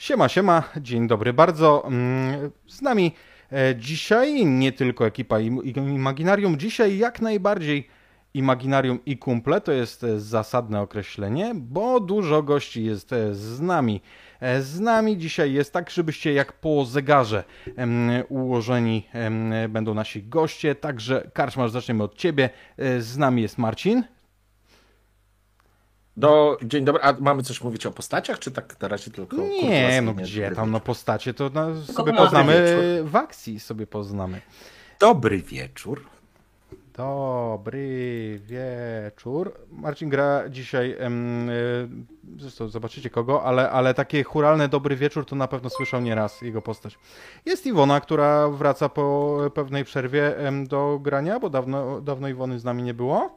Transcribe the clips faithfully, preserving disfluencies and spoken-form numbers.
Siema, siema, dzień dobry bardzo. Mm, Z nami e, dzisiaj nie tylko ekipa Im- Imaginarium, dzisiaj jak najbardziej Imaginarium i kumple, to jest e, zasadne określenie, bo dużo gości jest e, z nami. E, Z nami dzisiaj jest tak, żebyście jak po zegarze em, ułożeni em, będą nasi goście, także Karczmarz, zaczniemy od ciebie. E, Z nami jest Marcin. Do, dzień dobry, a mamy coś mówić o postaciach, czy tak na razie tylko Nie, no kurtuazyjnie? gdzie Dobry tam, no wieczór. postacie to no, Tylko sobie dobry poznamy wieczór. w akcji, sobie poznamy. Dobry wieczór. Dobry wieczór. Marcin gra dzisiaj, em, y, zresztą zobaczycie kogo, ale, ale takie churalne dobry wieczór to na pewno słyszał nieraz jego postać. Jest Iwona, która wraca po pewnej przerwie em, do grania, bo dawno, dawno Iwony z nami nie było.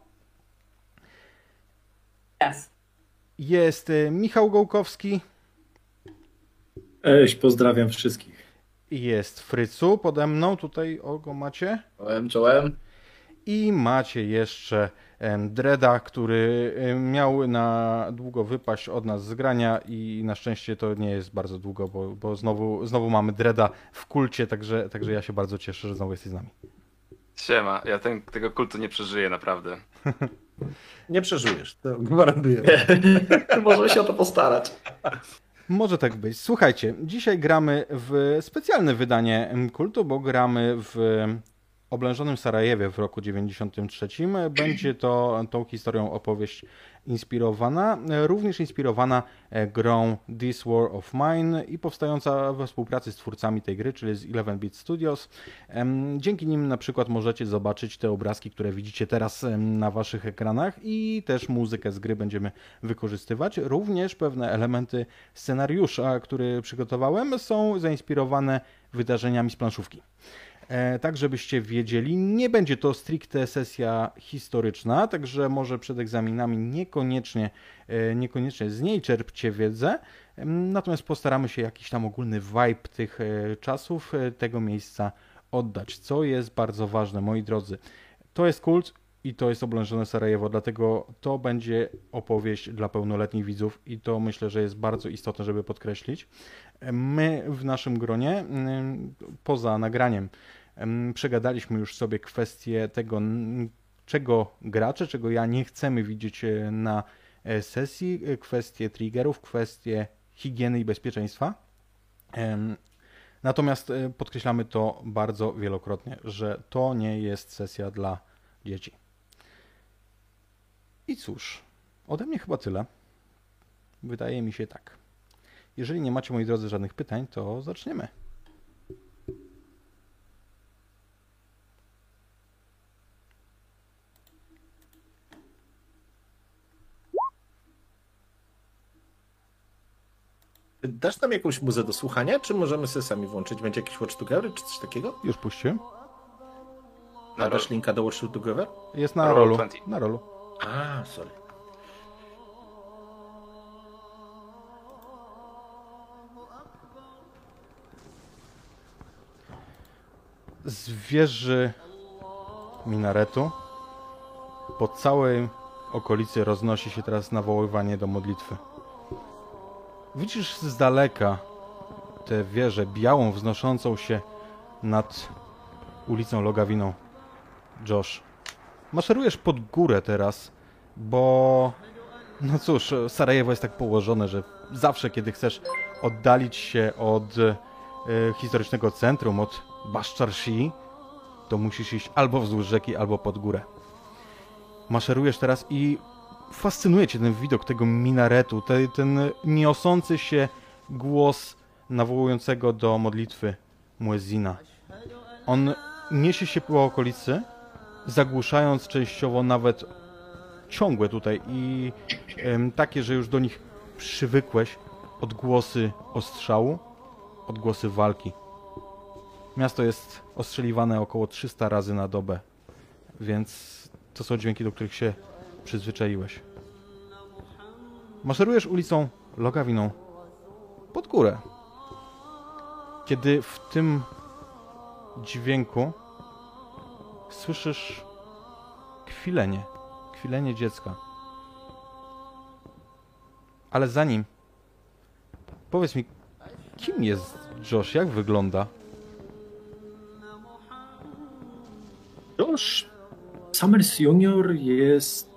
Yes. Jest y, Michał Gołkowski. Cześć, pozdrawiam wszystkich. I jest Frycu pode mną, tutaj o go macie. Czołem, czołem. I macie jeszcze em, Dreda, który em, miał na długo wypaść od nas z grania i na szczęście to nie jest bardzo długo, bo, bo znowu, znowu mamy Dreda w kulcie, także, także ja się bardzo cieszę, że znowu jesteś z nami. Siema, ja ten, tego kultu nie przeżyję naprawdę. Nie przeżyjesz, to gwarantuję. Możemy się o to postarać. Może tak być. Słuchajcie, dzisiaj gramy w specjalne wydanie em, kultu, bo gramy w oblężonym Sarajewie w roku dziewięćdziesiątym trzecim. Będzie to tą historią opowieść inspirowana, również inspirowana e, grą This War of Mine i powstająca we współpracy z twórcami tej gry, czyli z eleven bit Studios. Em, Dzięki nim na przykład możecie zobaczyć te obrazki, które widzicie teraz em, na waszych ekranach i też muzykę z gry będziemy wykorzystywać. Również pewne elementy scenariusza, który przygotowałem, są zainspirowane wydarzeniami z planszówki. E, Tak, żebyście wiedzieli, nie będzie to stricte sesja historyczna, także może przed egzaminami niekoniecznie, e, niekoniecznie z niej czerpcie wiedzę, em, natomiast postaramy się jakiś tam ogólny vibe tych e, czasów, e, tego miejsca oddać, co jest bardzo ważne, moi drodzy. To jest kult i to jest oblężone Sarajewo, dlatego to będzie opowieść dla pełnoletnich widzów i to myślę, że jest bardzo istotne, żeby podkreślić. My w naszym gronie, ym, poza nagraniem, ym, przegadaliśmy już sobie kwestię tego, n- czego gracze, czego ja nie chcemy widzieć e, na e, sesji, e, kwestie triggerów, kwestie higieny i bezpieczeństwa. Em, Natomiast e, podkreślamy to bardzo wielokrotnie, że to nie jest sesja dla dzieci. I cóż, ode mnie chyba tyle. Wydaje mi się tak. Jeżeli nie macie, moi drodzy, żadnych pytań, to zaczniemy. Dasz nam jakąś muzę do słuchania, czy możemy sobie sami włączyć? Będzie jakiś Watch Together, czy coś takiego? Już puśćcie. A dasz linka do Watch Together? Jest na Roll rolu. dwadzieścia. Na rolu. A, sorry. Z wieży minaretu po całej okolicy roznosi się teraz nawoływanie do modlitwy. Widzisz z daleka tę wieżę białą wznoszącą się nad ulicą Logawiną. Josh, maszerujesz pod górę teraz, bo no cóż, Sarajewo jest tak położone, że zawsze kiedy chcesz oddalić się od e, historycznego centrum, od Baszczarsi, to musisz iść albo wzdłuż rzeki, albo pod górę. Maszerujesz teraz i fascynuje cię ten widok tego minaretu, te, ten niosący się głos nawołującego do modlitwy muezzina. On niesie się po okolicy, zagłuszając częściowo nawet ciągłe tutaj i em, takie, że już do nich przywykłeś odgłosy ostrzału, odgłosy walki. Miasto jest ostrzeliwane około trzysta razy na dobę, więc to są dźwięki, do których się przyzwyczaiłeś. Maszerujesz ulicą Logawiną pod górę, kiedy w tym dźwięku słyszysz kwilenie, kwilenie dziecka. Ale zanim, powiedz mi, Kim jest Josh? Jak wygląda? Josh Summers junior jest...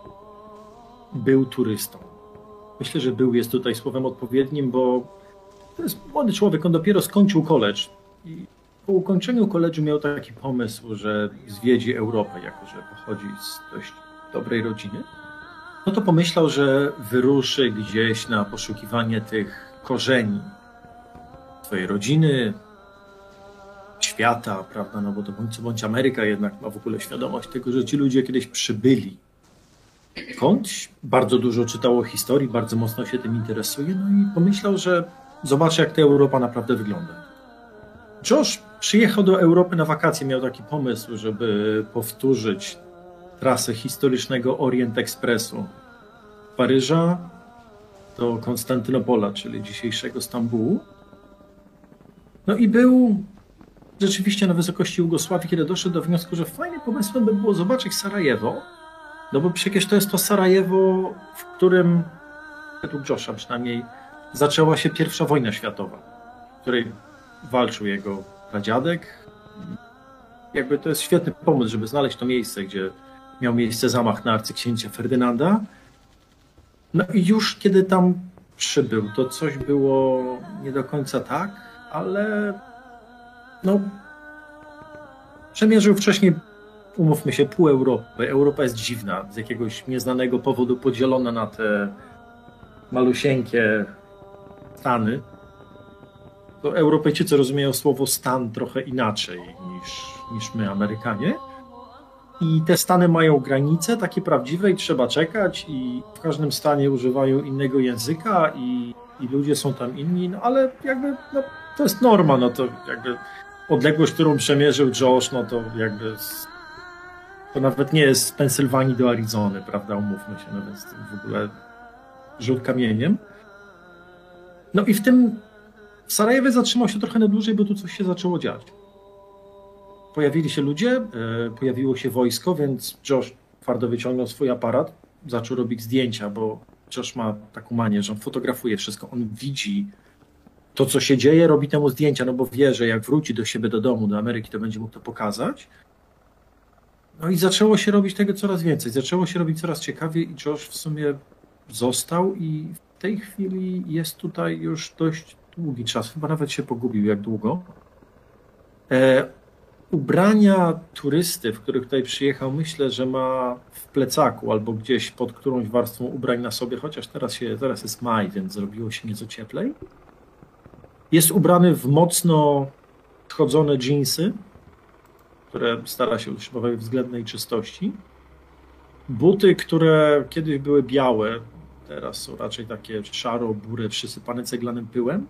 był turystą. Myślę, że był jest tutaj słowem odpowiednim, bo to jest młody człowiek, on dopiero skończył college i po ukończeniu college'u miał taki pomysł, że zwiedzi Europę, jako że pochodzi z dość dobrej rodziny. No to pomyślał, że wyruszy gdzieś na poszukiwanie tych korzeni swojej rodziny, świata, prawda, no bo to bądź co bądź Ameryka jednak ma w ogóle świadomość tego, że ci ludzie kiedyś przybyli skądś, bardzo dużo czytał o historii, bardzo mocno się tym interesuje, no i pomyślał, że zobaczy, jak ta Europa naprawdę wygląda. Josh przyjechał do Europy na wakacje, miał taki pomysł, żeby powtórzyć trasę historycznego Orient Expressu z Paryża do Konstantynopola, czyli dzisiejszego Stambułu. No i był rzeczywiście na wysokości Jugosławii, kiedy doszedł do wniosku, że fajnym pomysłem by było zobaczyć Sarajewo, no bo przecież to jest to Sarajewo, w którym, według Josha przynajmniej, zaczęła się pierwsza wojna światowa, w której walczył jego pradziadek. Jakby to jest świetny pomysł, żeby znaleźć to miejsce, gdzie miał miejsce zamach na arcyksięcia Ferdynanda. No i już kiedy tam przybył, to coś było nie do końca tak, ale no przemierzył wcześniej, umówmy się, pół Europy. Europa jest dziwna, z jakiegoś nieznanego powodu podzielona na te malusieńkie stany. To Europejczycy rozumieją słowo stan trochę inaczej niż, niż my, Amerykanie. I te stany mają granice takie prawdziwe i trzeba czekać i w każdym stanie używają innego języka i, i ludzie są tam inni, no ale jakby no, to jest norma, no to jakby odległość, którą przemierzył Josh, no to jakby z, to nawet nie jest z Pensylwanii do Arizony, prawda, umówmy się, no więc w ogóle rzut kamieniem. No i w tym w Sarajewie zatrzymał się trochę na dłużej, bo tu coś się zaczęło dziać. Pojawili się ludzie, pojawiło się wojsko, więc Josh twardo wyciągnął swój aparat, zaczął robić zdjęcia, bo Josh ma taką manię, że on fotografuje wszystko. On widzi to, co się dzieje, robi temu zdjęcia, no bo wie, że jak wróci do siebie, do domu, do Ameryki, to będzie mógł to pokazać. No i zaczęło się robić tego coraz więcej. Zaczęło się robić coraz ciekawiej i Josh w sumie został i w tej chwili jest tutaj już dość długi czas. Chyba nawet się pogubił, jak długo. E, ubrania turysty, w których tutaj przyjechał, myślę, że ma w plecaku albo gdzieś pod którąś warstwą ubrań na sobie, chociaż teraz, się, teraz jest maj, więc zrobiło się nieco cieplej. Jest ubrany w mocno schodzone dżinsy, które stara się utrzymywać względnej czystości. Buty, które kiedyś były białe, teraz są raczej takie szaro-burę, przysypane ceglanym pyłem.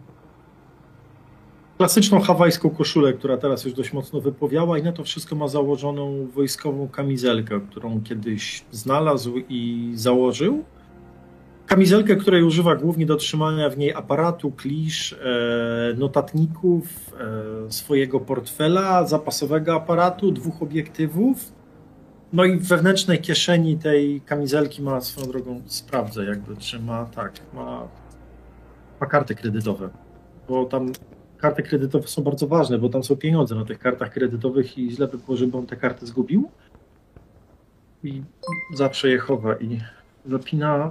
Klasyczną hawajską koszulę, która teraz już dość mocno wypowiała i na to wszystko ma założoną wojskową kamizelkę, którą kiedyś znalazł i założył. Kamizelkę, której używa głównie do trzymania w niej aparatu, klisz, notatników, swojego portfela, zapasowego aparatu, dwóch obiektywów. No i w wewnętrznej kieszeni tej kamizelki ma, swoją drogą sprawdzę jakby, czy ma, tak, ma, ma karty kredytowe, bo tam karty kredytowe są bardzo ważne, bo tam są pieniądze na tych kartach kredytowych i źle by było, żeby on te karty zgubił. I zawsze je chowa i zapina.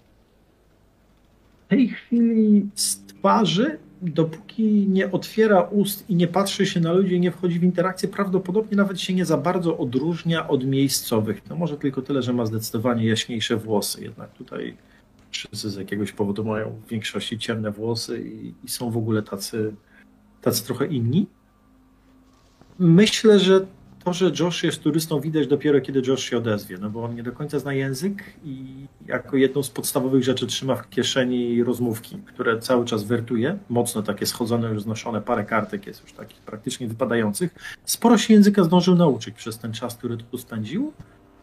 W tej chwili z twarzy, dopóki nie otwiera ust i nie patrzy się na ludzi i nie wchodzi w interakcję, prawdopodobnie nawet się nie za bardzo odróżnia od miejscowych. No może tylko tyle, że ma zdecydowanie jaśniejsze włosy. Jednak tutaj wszyscy z jakiegoś powodu mają w większości ciemne włosy i, i są w ogóle tacy, tacy trochę inni. Myślę, że to, że Josh jest turystą, widać dopiero, kiedy Josh się odezwie, no bo on nie do końca zna język i jako jedną z podstawowych rzeczy trzyma w kieszeni rozmówki, które cały czas wertuje, mocno takie schodzone, już znoszone, parę kartek jest już takich praktycznie wypadających. Sporo się języka zdążył nauczyć przez ten czas, który tu spędził,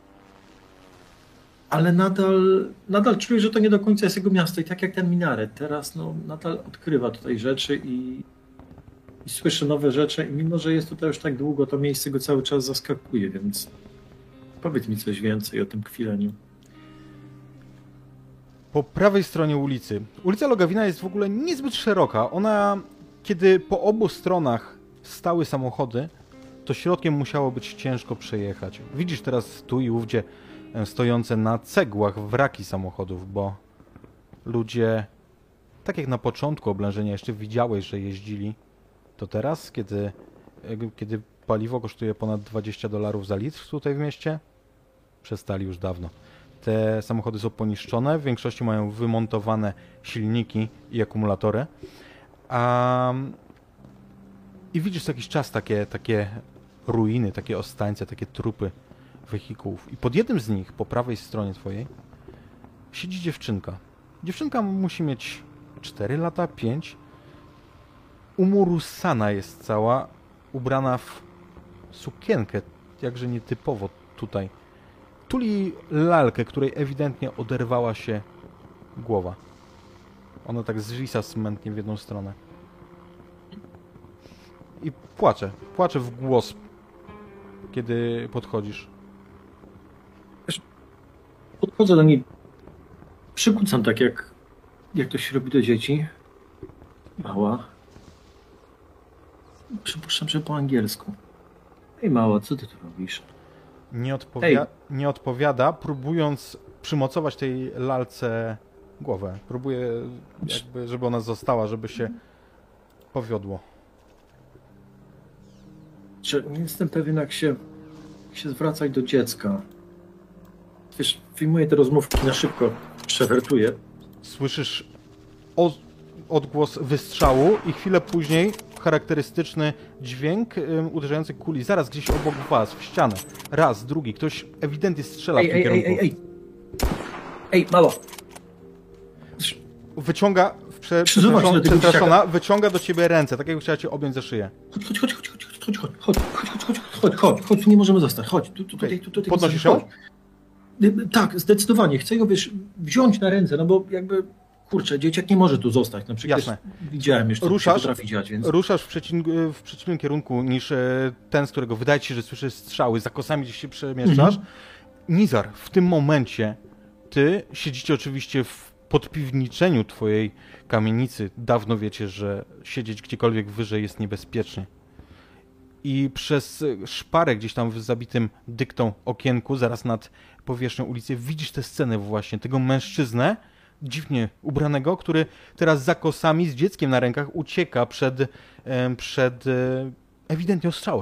ale nadal, nadal czuje, że to nie do końca jest jego miasto i tak jak ten minaret, teraz no, nadal odkrywa tutaj rzeczy i i słyszy nowe rzeczy i mimo, że jest tutaj już tak długo, to miejsce go cały czas zaskakuje, więc powiedz mi coś więcej o tym kwileniu. po prawej stronie ulicy. Ulica Logawina jest w ogóle niezbyt szeroka. Ona, kiedy po obu stronach stały samochody, to środkiem musiało być ciężko przejechać. Widzisz teraz tu i ówdzie stojące na cegłach wraki samochodów, bo ludzie, tak jak na początku oblężenia jeszcze widziałeś, że jeździli, to teraz, kiedy, kiedy paliwo kosztuje ponad dwadzieścia dolarów za litr tutaj w mieście, przestali już dawno. Te samochody są poniszczone, w większości mają wymontowane silniki i akumulatory. A... I widzisz co jakiś czas takie, takie ruiny, takie ostańce, takie trupy wehikułów. I pod jednym z nich, po prawej stronie twojej, siedzi dziewczynka. Dziewczynka musi mieć cztery lata, pięć. Umurusana jest cała, ubrana w sukienkę, jakże nietypowo tutaj. Tuli lalkę, której ewidentnie oderwała się głowa. Ona tak zwisa smętnie w jedną stronę. I płacze. Płacze w głos, kiedy podchodzisz. Podchodzę do niej, przykucam tak jak, jak to się robi do dzieci. Mała. Przypuszczam, że po angielsku. Ej mała, co ty tu robisz? Nie, odpowia nie odpowiada, próbując przymocować tej lalce głowę. Próbuje, jakby, żeby ona została, żeby się powiodło. Że nie jestem pewien, jak się, jak się zwracać do dziecka. Wiesz, wyjmuję te rozmówki na szybko, przewertuję. Słyszysz o, odgłos wystrzału i chwilę później charakterystyczny dźwięk um, uderzający kuli. Zaraz gdzieś obok was, w ścianę. Raz, drugi. Ktoś ewidentnie strzela ej, w tym ej, kierunku. Ej, ej, ej! Ej, mała! Wyciąga, prze, Przyzywam się do tego przestraszona, wyciąga do ciebie ręce, tak jakby chciała cię objąć za szyję. Chodź, chodź, chodź, chodź, chodź, chodź, chodź, chodź, chodź, chodź, chodź, chodź, chodź, tu nie możemy zostać, chodź, tu, tu, tutaj, tu, tutaj. Podnosisz chodź. ją? Tak, zdecydowanie. Chcę ją, wiesz, wziąć na ręce, no bo jakby, kurczę, dzieciak nie może tu zostać. No przecież Jasne. Widziałem już, co Ruszasz, się potrafi dziać, więc... Ruszasz w, przeciw, w przeciwnym kierunku niż e, ten, z którego wydaje ci się, że słyszysz strzały, za kosami gdzieś się przemieszczasz. Mhm. Nizar, w tym momencie ty siedzicie oczywiście w podpiwniczeniu twojej kamienicy. Dawno wiecie, że siedzieć gdziekolwiek wyżej jest niebezpiecznie. I przez szparę gdzieś tam w zabitym dyktą okienku, zaraz nad powierzchnią ulicy, widzisz tę scenę właśnie, tego mężczyznę, dziwnie ubranego, który teraz za kosami z dzieckiem na rękach ucieka przed, przed ewidentnie ostrzałem.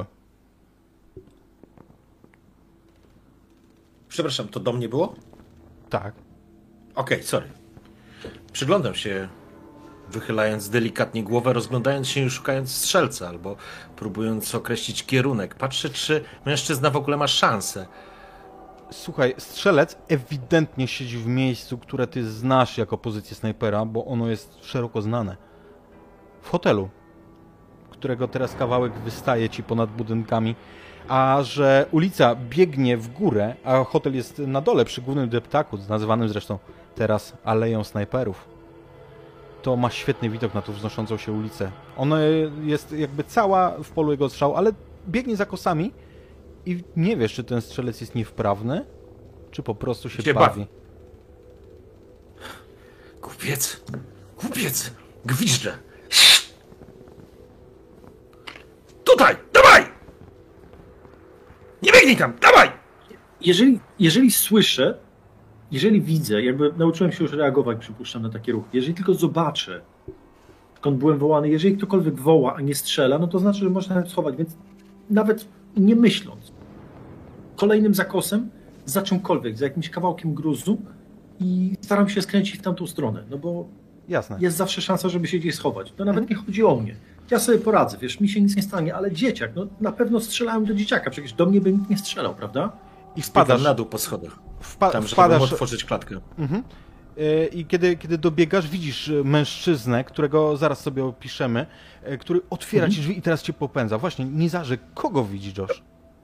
Przepraszam, to do mnie było? Tak. Okej, okay, sorry. Przyglądam się, wychylając delikatnie głowę, rozglądając się i szukając strzelca, albo próbując określić kierunek. Patrzę, czy mężczyzna w ogóle ma szansę. Słuchaj, strzelec ewidentnie siedzi w miejscu, które ty znasz jako pozycję snajpera, bo ono jest szeroko znane. W hotelu, którego teraz kawałek wystaje ci ponad budynkami, a że ulica biegnie w górę, a hotel jest na dole przy głównym deptaku, nazywanym zresztą teraz Aleją Snajperów, to ma świetny widok na tą wznoszącą się ulicę. Ona jest jakby cała w polu jego strzału, ale biegnie za kosami i nie wiesz, czy ten strzelec jest niewprawny, czy po prostu się, się bawi. bawi. Głupiec! Głupiec! Gwizdże! Tutaj! Dawaj! Nie biegnij tam! Dawaj! Jeżeli, jeżeli słyszę, jeżeli widzę, jakby nauczyłem się już reagować, przypuszczam, na takie ruchy. Jeżeli tylko zobaczę, skąd byłem wołany, jeżeli ktokolwiek woła, a nie strzela, no to znaczy, że można nawet schować, więc nawet nie myśląc, kolejnym zakosem za czymkolwiek, za jakimś kawałkiem gruzu i staram się skręcić w tamtą stronę, no bo Jasne. Jest zawsze szansa, żeby się gdzieś schować. To nawet nie chodzi o mnie. Ja sobie poradzę, wiesz, mi się nic nie stanie, ale dzieciak, no na pewno strzelałem do dzieciaka, przecież do mnie by nikt nie strzelał, prawda? I wpadasz na dół po schodach. Wpa tam, żeby wpadasz... otworzyć klatkę. Mhm. I kiedy, kiedy dobiegasz, widzisz mężczyznę, którego zaraz sobie opiszemy, który otwiera mhm. ci drzwi i teraz cię popędza. Właśnie, Nizarze, kogo widzi Josh?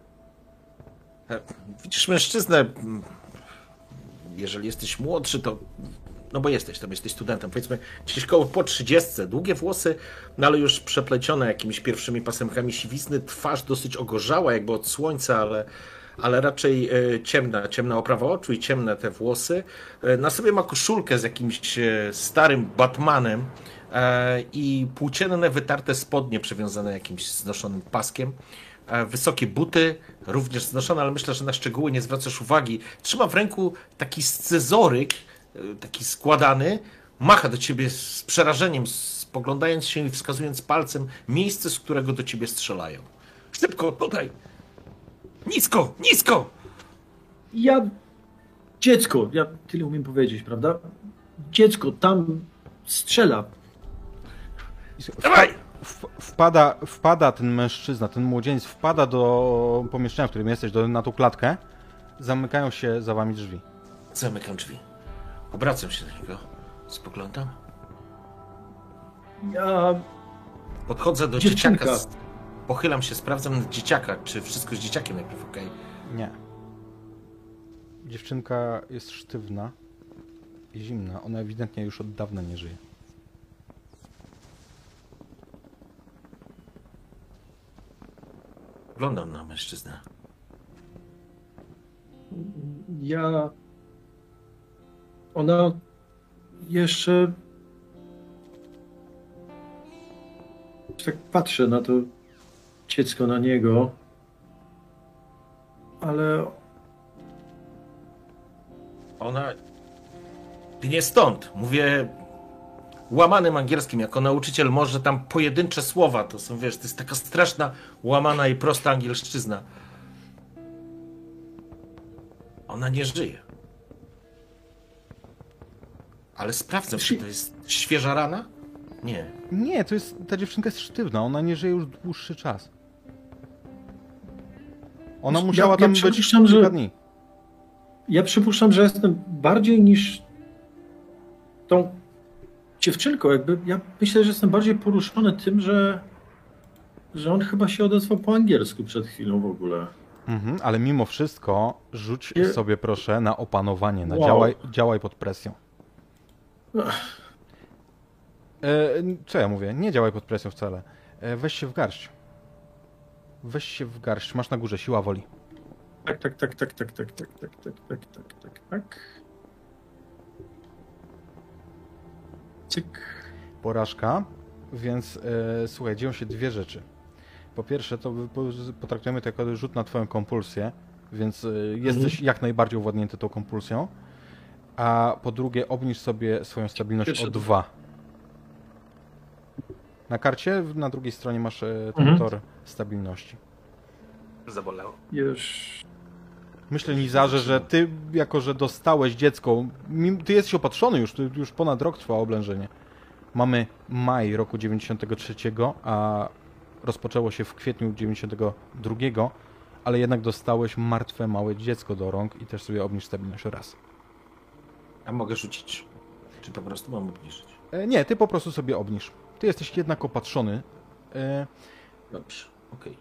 Widzisz mężczyznę, jeżeli jesteś młodszy, to... No bo jesteś, tam jesteś studentem, powiedzmy gdzieś koło po trzydziestce, długie włosy, no ale już przeplecione jakimiś pierwszymi pasemkami siwizny, twarz dosyć ogorzała jakby od słońca, ale, ale raczej e, ciemna, ciemna oprawa oczu i ciemne te włosy. E, na sobie ma koszulkę z jakimś e, starym Batmanem e, i płócienne, wytarte spodnie przewiązane jakimś znoszonym paskiem. E, wysokie buty, również znoszone, ale myślę, że na szczegóły nie zwracasz uwagi. Trzyma w ręku taki scyzoryk, e, taki składany, macha do ciebie z przerażeniem, spoglądając się i wskazując palcem miejsce, z którego do ciebie strzelają. Szybko, tutaj! Nisko, nisko! Ja... Dziecko, ja tyle umiem powiedzieć, prawda? Dziecko tam strzela. Dawaj! W, wpada, wpada ten mężczyzna, ten młodzieniec, wpada do pomieszczenia, w którym jesteś, do, na tą klatkę. Zamykają się za wami drzwi. Zamykam drzwi. Obracam się do niego. Spoglądam. Ja... Podchodzę do Dziewczynka. dzieciaka. Pochylam się, sprawdzam dzieciaka, czy wszystko z dzieciakiem najpierw okej. Nie. Dziewczynka jest sztywna i zimna. Ona ewidentnie już od dawna nie żyje. Oglądam na mężczyznę. Ja... Ona... Jeszcze... Tak patrzę na to dziecko, na niego. Ale... Ona... Nie stąd. Mówię łamanym angielskim. Jako nauczyciel może tam pojedyncze słowa. To są, wiesz, to jest taka straszna, łamana i prosta angielszczyzna. Ona nie żyje. Ale sprawdzam, czy to jest świeża rana? Nie. Nie, to jest, ta dziewczynka jest sztywna. Ona nie żyje już dłuższy czas. Ona Ja- musiała ja tam być przypuszczam, kilka że- dni. Ja przypuszczam, że jestem bardziej niż tą dziewczynką. Jakby ja myślę, że jestem bardziej poruszony tym, że, że on chyba się odezwał po angielsku przed chwilą w ogóle. Mhm, ale mimo wszystko rzuć Nie- sobie proszę na opanowanie, na Wow. działaj, działaj pod presją. E, co ja mówię? Nie działaj pod presją wcale. E, weź się w garść. Weź się w garść. Masz na górze siła woli. Tak, tak, tak, tak, tak, tak, tak, tak, tak, tak, tak, tak, tak. Cyk. Porażka, więc e, słuchaj, dzieją się dwie rzeczy. Po pierwsze, to po- potraktujemy to jako rzut na twoją kompulsję, więc e, jesteś jak najbardziej uwładnięty tą kompulsją. A po drugie, obniż sobie swoją stabilność Pierwsze o to- dwa. Na karcie na drugiej stronie masz e, ten Mhm. tor stabilności. Zabolało. Już. Myślę, Nizarze, że ty, jako że dostałeś dziecko, mim- ty jesteś opatrzony już, ty już ponad rok trwa oblężenie. Mamy maj roku dziewięćdziesiątego trzeciego, a rozpoczęło się w kwietniu dziewięćdziesiątego drugiego, ale jednak dostałeś martwe małe dziecko do rąk i też sobie obniż stabilność raz. A mogę rzucić? Czy po prostu mam obniżyć? E, nie, ty po prostu sobie obniż. Ty jesteś jednak opatrzony. E, Dobrze, okej.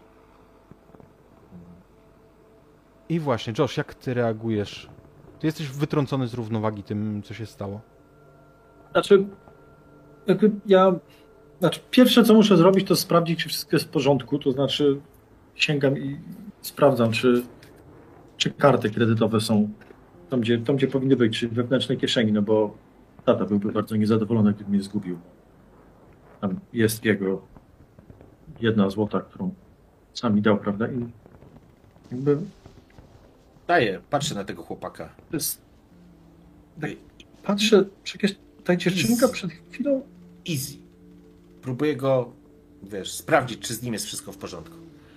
I właśnie, Josh, jak ty reagujesz? Ty jesteś wytrącony z równowagi tym, co się stało. Znaczy, jakby ja. Znaczy, pierwsze co muszę zrobić, to sprawdzić, czy wszystko jest w porządku. To znaczy, sięgam i sprawdzam, czy, czy karty kredytowe są tam gdzie, tam, gdzie powinny być, czy w wewnętrznej kieszeni, no bo tata byłby bardzo niezadowolony, gdyby mnie zgubił. Tam jest jego jedna złota, którą sam mi dał, prawda? I jakby Daję, patrzę na tego chłopaka. to jest. Tak, patrzę, przecież ta dziewczynka przed chwilą. Easy. Próbuję go, wiesz, sprawdzić, czy z nim jest wszystko w porządku.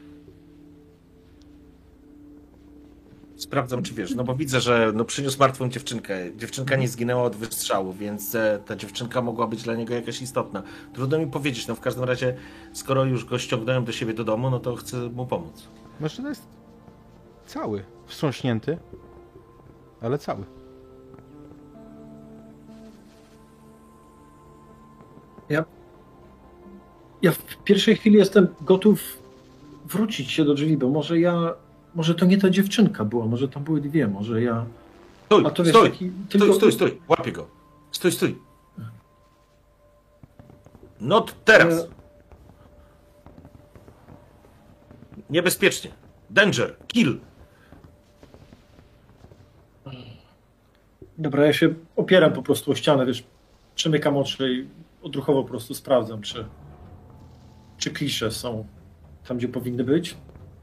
Sprawdzam, czy wiesz, no bo widzę, że no, przyniósł martwą dziewczynkę. Dziewczynka nie zginęła od wystrzału, więc e, ta dziewczynka mogła być dla niego jakaś istotna. Trudno mi powiedzieć, no w każdym razie, skoro już go ściągnąłem do siebie do domu, no to chcę mu pomóc. Mężczyzna jest cały, wstrząśnięty, ale cały. Ja, ja w pierwszej chwili jestem gotów wrócić się do drzwi, bo może ja, może to nie ta dziewczynka była, może tam były dwie, może ja... Stój, A to wiesz, stój, taki, stój, tylko... stój, stój, łapię go. Stój, stój. Not teraz. E, Niebezpiecznie. Danger, kill. Dobra, ja się opieram po prostu o ścianę, wiesz, przymykam oczy i odruchowo po prostu sprawdzam, czy, czy klisze są tam, gdzie powinny być.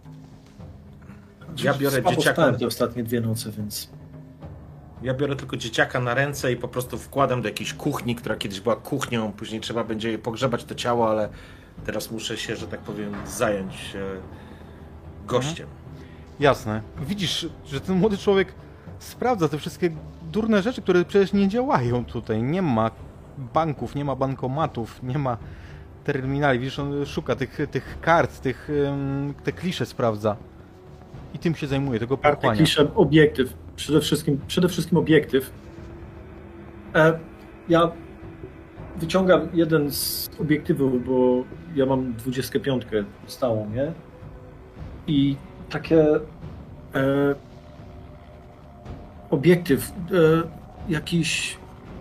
Ja biorę Słabo dzieciaka. spałem te ostatnie dwie noce, więc... Ja biorę tylko dzieciaka na ręce i po prostu wkładam do jakiejś kuchni, która kiedyś była kuchnią, później trzeba będzie pogrzebać to ciało, ale teraz muszę się, że tak powiem, zająć e, gościem. Jasne. Widzisz, że ten młody człowiek sprawdza te wszystkie durne rzeczy, które przecież nie działają tutaj. Nie ma banków, nie ma bankomatów, nie ma terminali. Widzisz, on szuka tych, tych kart, tych, um, te klisze sprawdza. I tym się zajmuje, tego Karty, pochłania. klisze, obiektyw. Przede wszystkim, przede wszystkim obiektyw. E, ja wyciągam jeden z obiektywów, bo ja mam dwudziestkę piątkę stałą, nie? I takie e, obiektyw, e, jakiś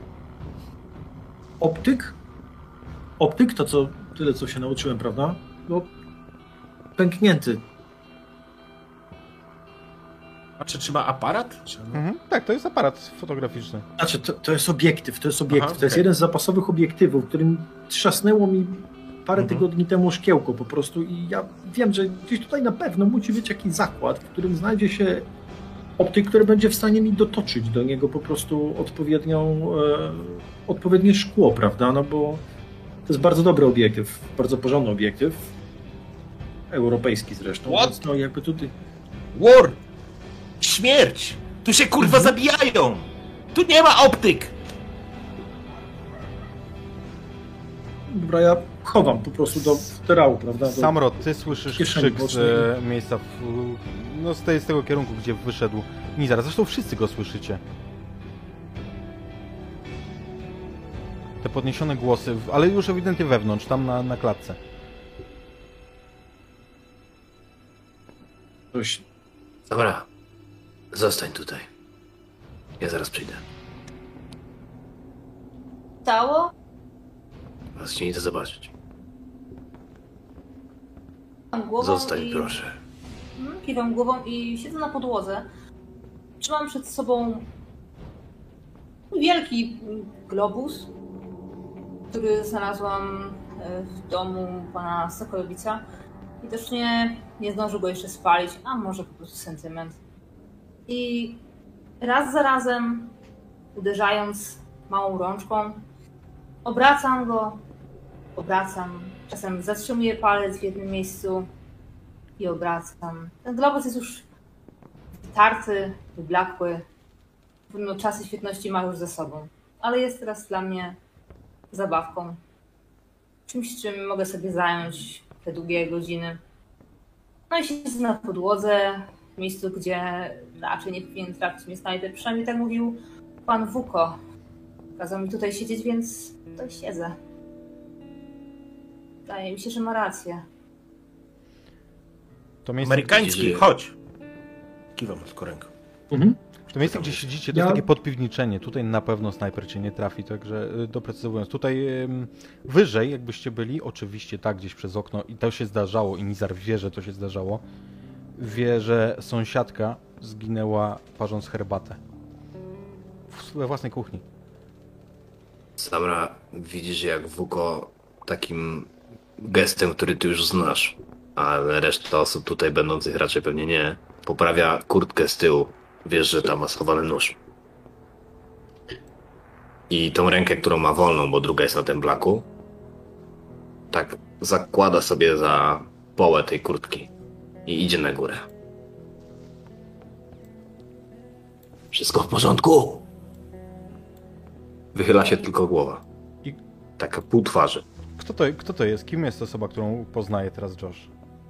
optyk? Optyk to co, tyle co się nauczyłem, prawda? No, pęknięty. A czy trzyma aparat? Czy... Mhm. Tak, to jest aparat fotograficzny. Znaczy, to, to jest obiektyw, to jest obiektyw. Aha, to jest okej. jeden z zapasowych obiektywów, którym trzasnęło mi parę Mhm. tygodni temu szkiełko po prostu i ja wiem, że gdzieś tutaj na pewno musi być jakiś zakład, w którym znajdzie się optyk, który będzie w stanie mi dotoczyć do niego po prostu odpowiednią, e, odpowiednie szkło, prawda? No bo to jest bardzo dobry obiektyw, bardzo porządny obiektyw. Europejski zresztą. What? Więc no jakby tutaj... War! Śmierć! Tu się kurwa zabijają! Tu nie ma optyk! Dobra, ja chowam po prostu do futerału, prawda? Do... Samrot, ty słyszysz kieszeni krzyk z bocznej. e, miejsca, w, no z, tej, z tego kierunku, gdzie wyszedł Nizar. Zresztą wszyscy go słyszycie. Te podniesione głosy, w- ale już ewidentnie wewnątrz, tam na, na klatce. Coś... Dobra, zostań tutaj. Ja zaraz przyjdę. Stało? Was nie idę zobaczyć. Kiwam głową Zostań, i... proszę. Mhm, kiwam głową i siedzę na podłodze. Trzymam przed sobą wielki globus, który znalazłam e, w domu pana Sokolowica. Widocznie nie zdążył go jeszcze spalić, a może po prostu sentyment. I raz za razem, uderzając małą rączką, obracam go, obracam. Czasem zatrzymuję palec w jednym miejscu i obracam. Ten globus jest już wytarty, wyblakły. Pewno czasy świetności ma już ze sobą. Ale jest teraz dla mnie zabawką. Czymś, czym mogę sobie zająć te długie godziny. No i siedzę na podłodze, w miejscu, gdzie raczej nie powinien trafić mnie snajper. Przynajmniej tak mówił pan Wuko. Kazał mi tutaj siedzieć, więc tutaj siedzę. Wydaje mi się, że ma rację. To miejsce, Amerykański, Gdzie- chodź! Kiwam tylko ręką. Mhm. to miejsce gdzie siedzicie, to Ja- jest takie podpiwniczenie. Tutaj na pewno snajper cię nie trafi, także y, doprecyzowując. Tutaj ym, wyżej, jakbyście byli, oczywiście tak, gdzieś przez okno, i to się zdarzało, i Nizar wie, że to się zdarzało, wie, że sąsiadka zginęła parząc herbatę. W- We własnej kuchni. Samra, widzisz jak Wuko takim gestem, który ty już znasz, ale reszta osób tutaj będących raczej pewnie nie, poprawia kurtkę z tyłu. Wiesz, że tam ma schowany nóż. I tą rękę, którą ma wolną, bo druga jest na tym blaku, tak zakłada sobie za połę tej kurtki i idzie na górę. Wszystko w porządku? Wychyla się tylko głowa. I- Taka pół twarzy. Kto to, kto to jest? Kim jest osoba, którą poznaje teraz Josh?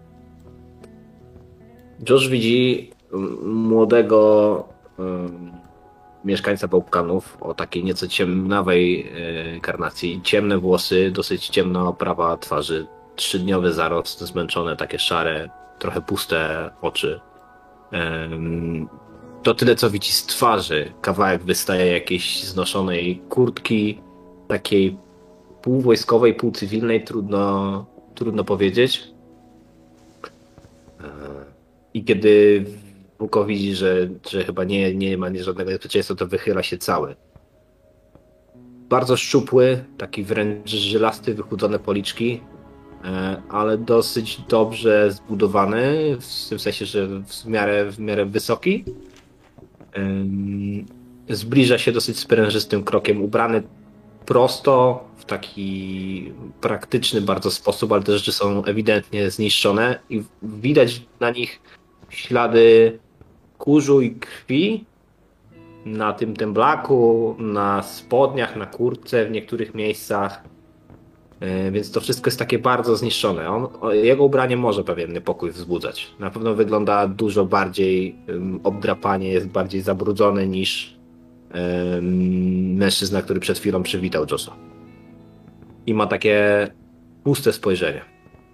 Josh widzi mm, młodego mm, mieszkańca Bałkanów o takiej nieco ciemnawej y, karnacji. Ciemne włosy, dosyć ciemna oprawa twarzy, trzydniowy zarost, zmęczone, takie szare, trochę puste oczy. Ym, to tyle, co widzi z twarzy. Kawałek wystaje jakiejś znoszonej kurtki, takiej półwojskowej, półcywilnej, trudno, trudno powiedzieć. I kiedy Wuko widzi, że, że chyba nie, nie ma żadnego niebezpieczeństwa, to wychyla się cały. Bardzo szczupły, taki wręcz żylasty, wychudzone policzki, ale dosyć dobrze zbudowany, w tym sensie, że w miarę, w miarę wysoki. Zbliża się dosyć sprężystym krokiem, ubrany prosto, w taki praktyczny bardzo sposób, ale te rzeczy są ewidentnie zniszczone i widać na nich ślady kurzu i krwi na tym temblaku, na spodniach, na kurtce w niektórych miejscach, więc to wszystko jest takie bardzo zniszczone. On, jego ubranie może pewien niepokój wzbudzać. Na pewno wygląda dużo bardziej, obdrapanie jest bardziej zabrudzone niż um, mężczyzna, który przed chwilą przywitał Josha. I ma takie puste spojrzenie.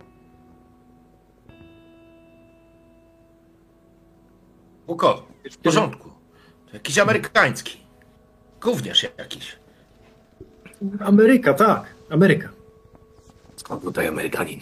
Wuko, w porządku. To jakiś amerykański. Gówniarz jakiś. Ameryka, tak. Ameryka. Skąd tutaj Amerykanin?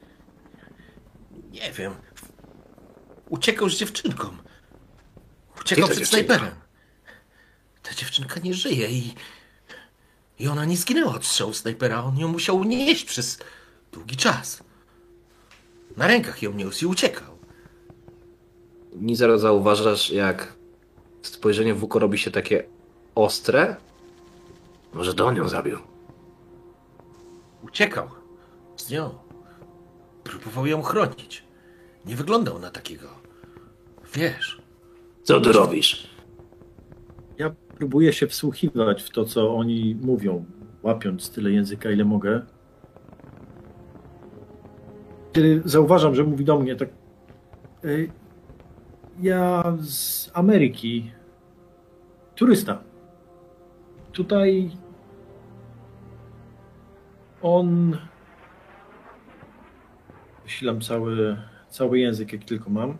Nie wiem. Uciekał z dziewczynką. Uciekał przed dziewczynka? snajperem. Ta dziewczynka nie żyje i... I ona nie zginęła od strzału snajpera. On ją musiał nieść przez długi czas. Na rękach ją niósł i uciekał. Nizar, zauważasz, jak spojrzenie Wuko robi się takie ostre? Może to on ją zabił? Uciekał z nią. Próbował ją chronić. Nie wyglądał na takiego. Wiesz. Co ty robisz? Ja próbuję się wsłuchiwać w to, co oni mówią, łapiąc tyle języka, ile mogę. Kiedy zauważam, że mówi do mnie tak... y, Ja z Ameryki, turysta. Tutaj on... Wysilam cały, cały język, jak tylko mam.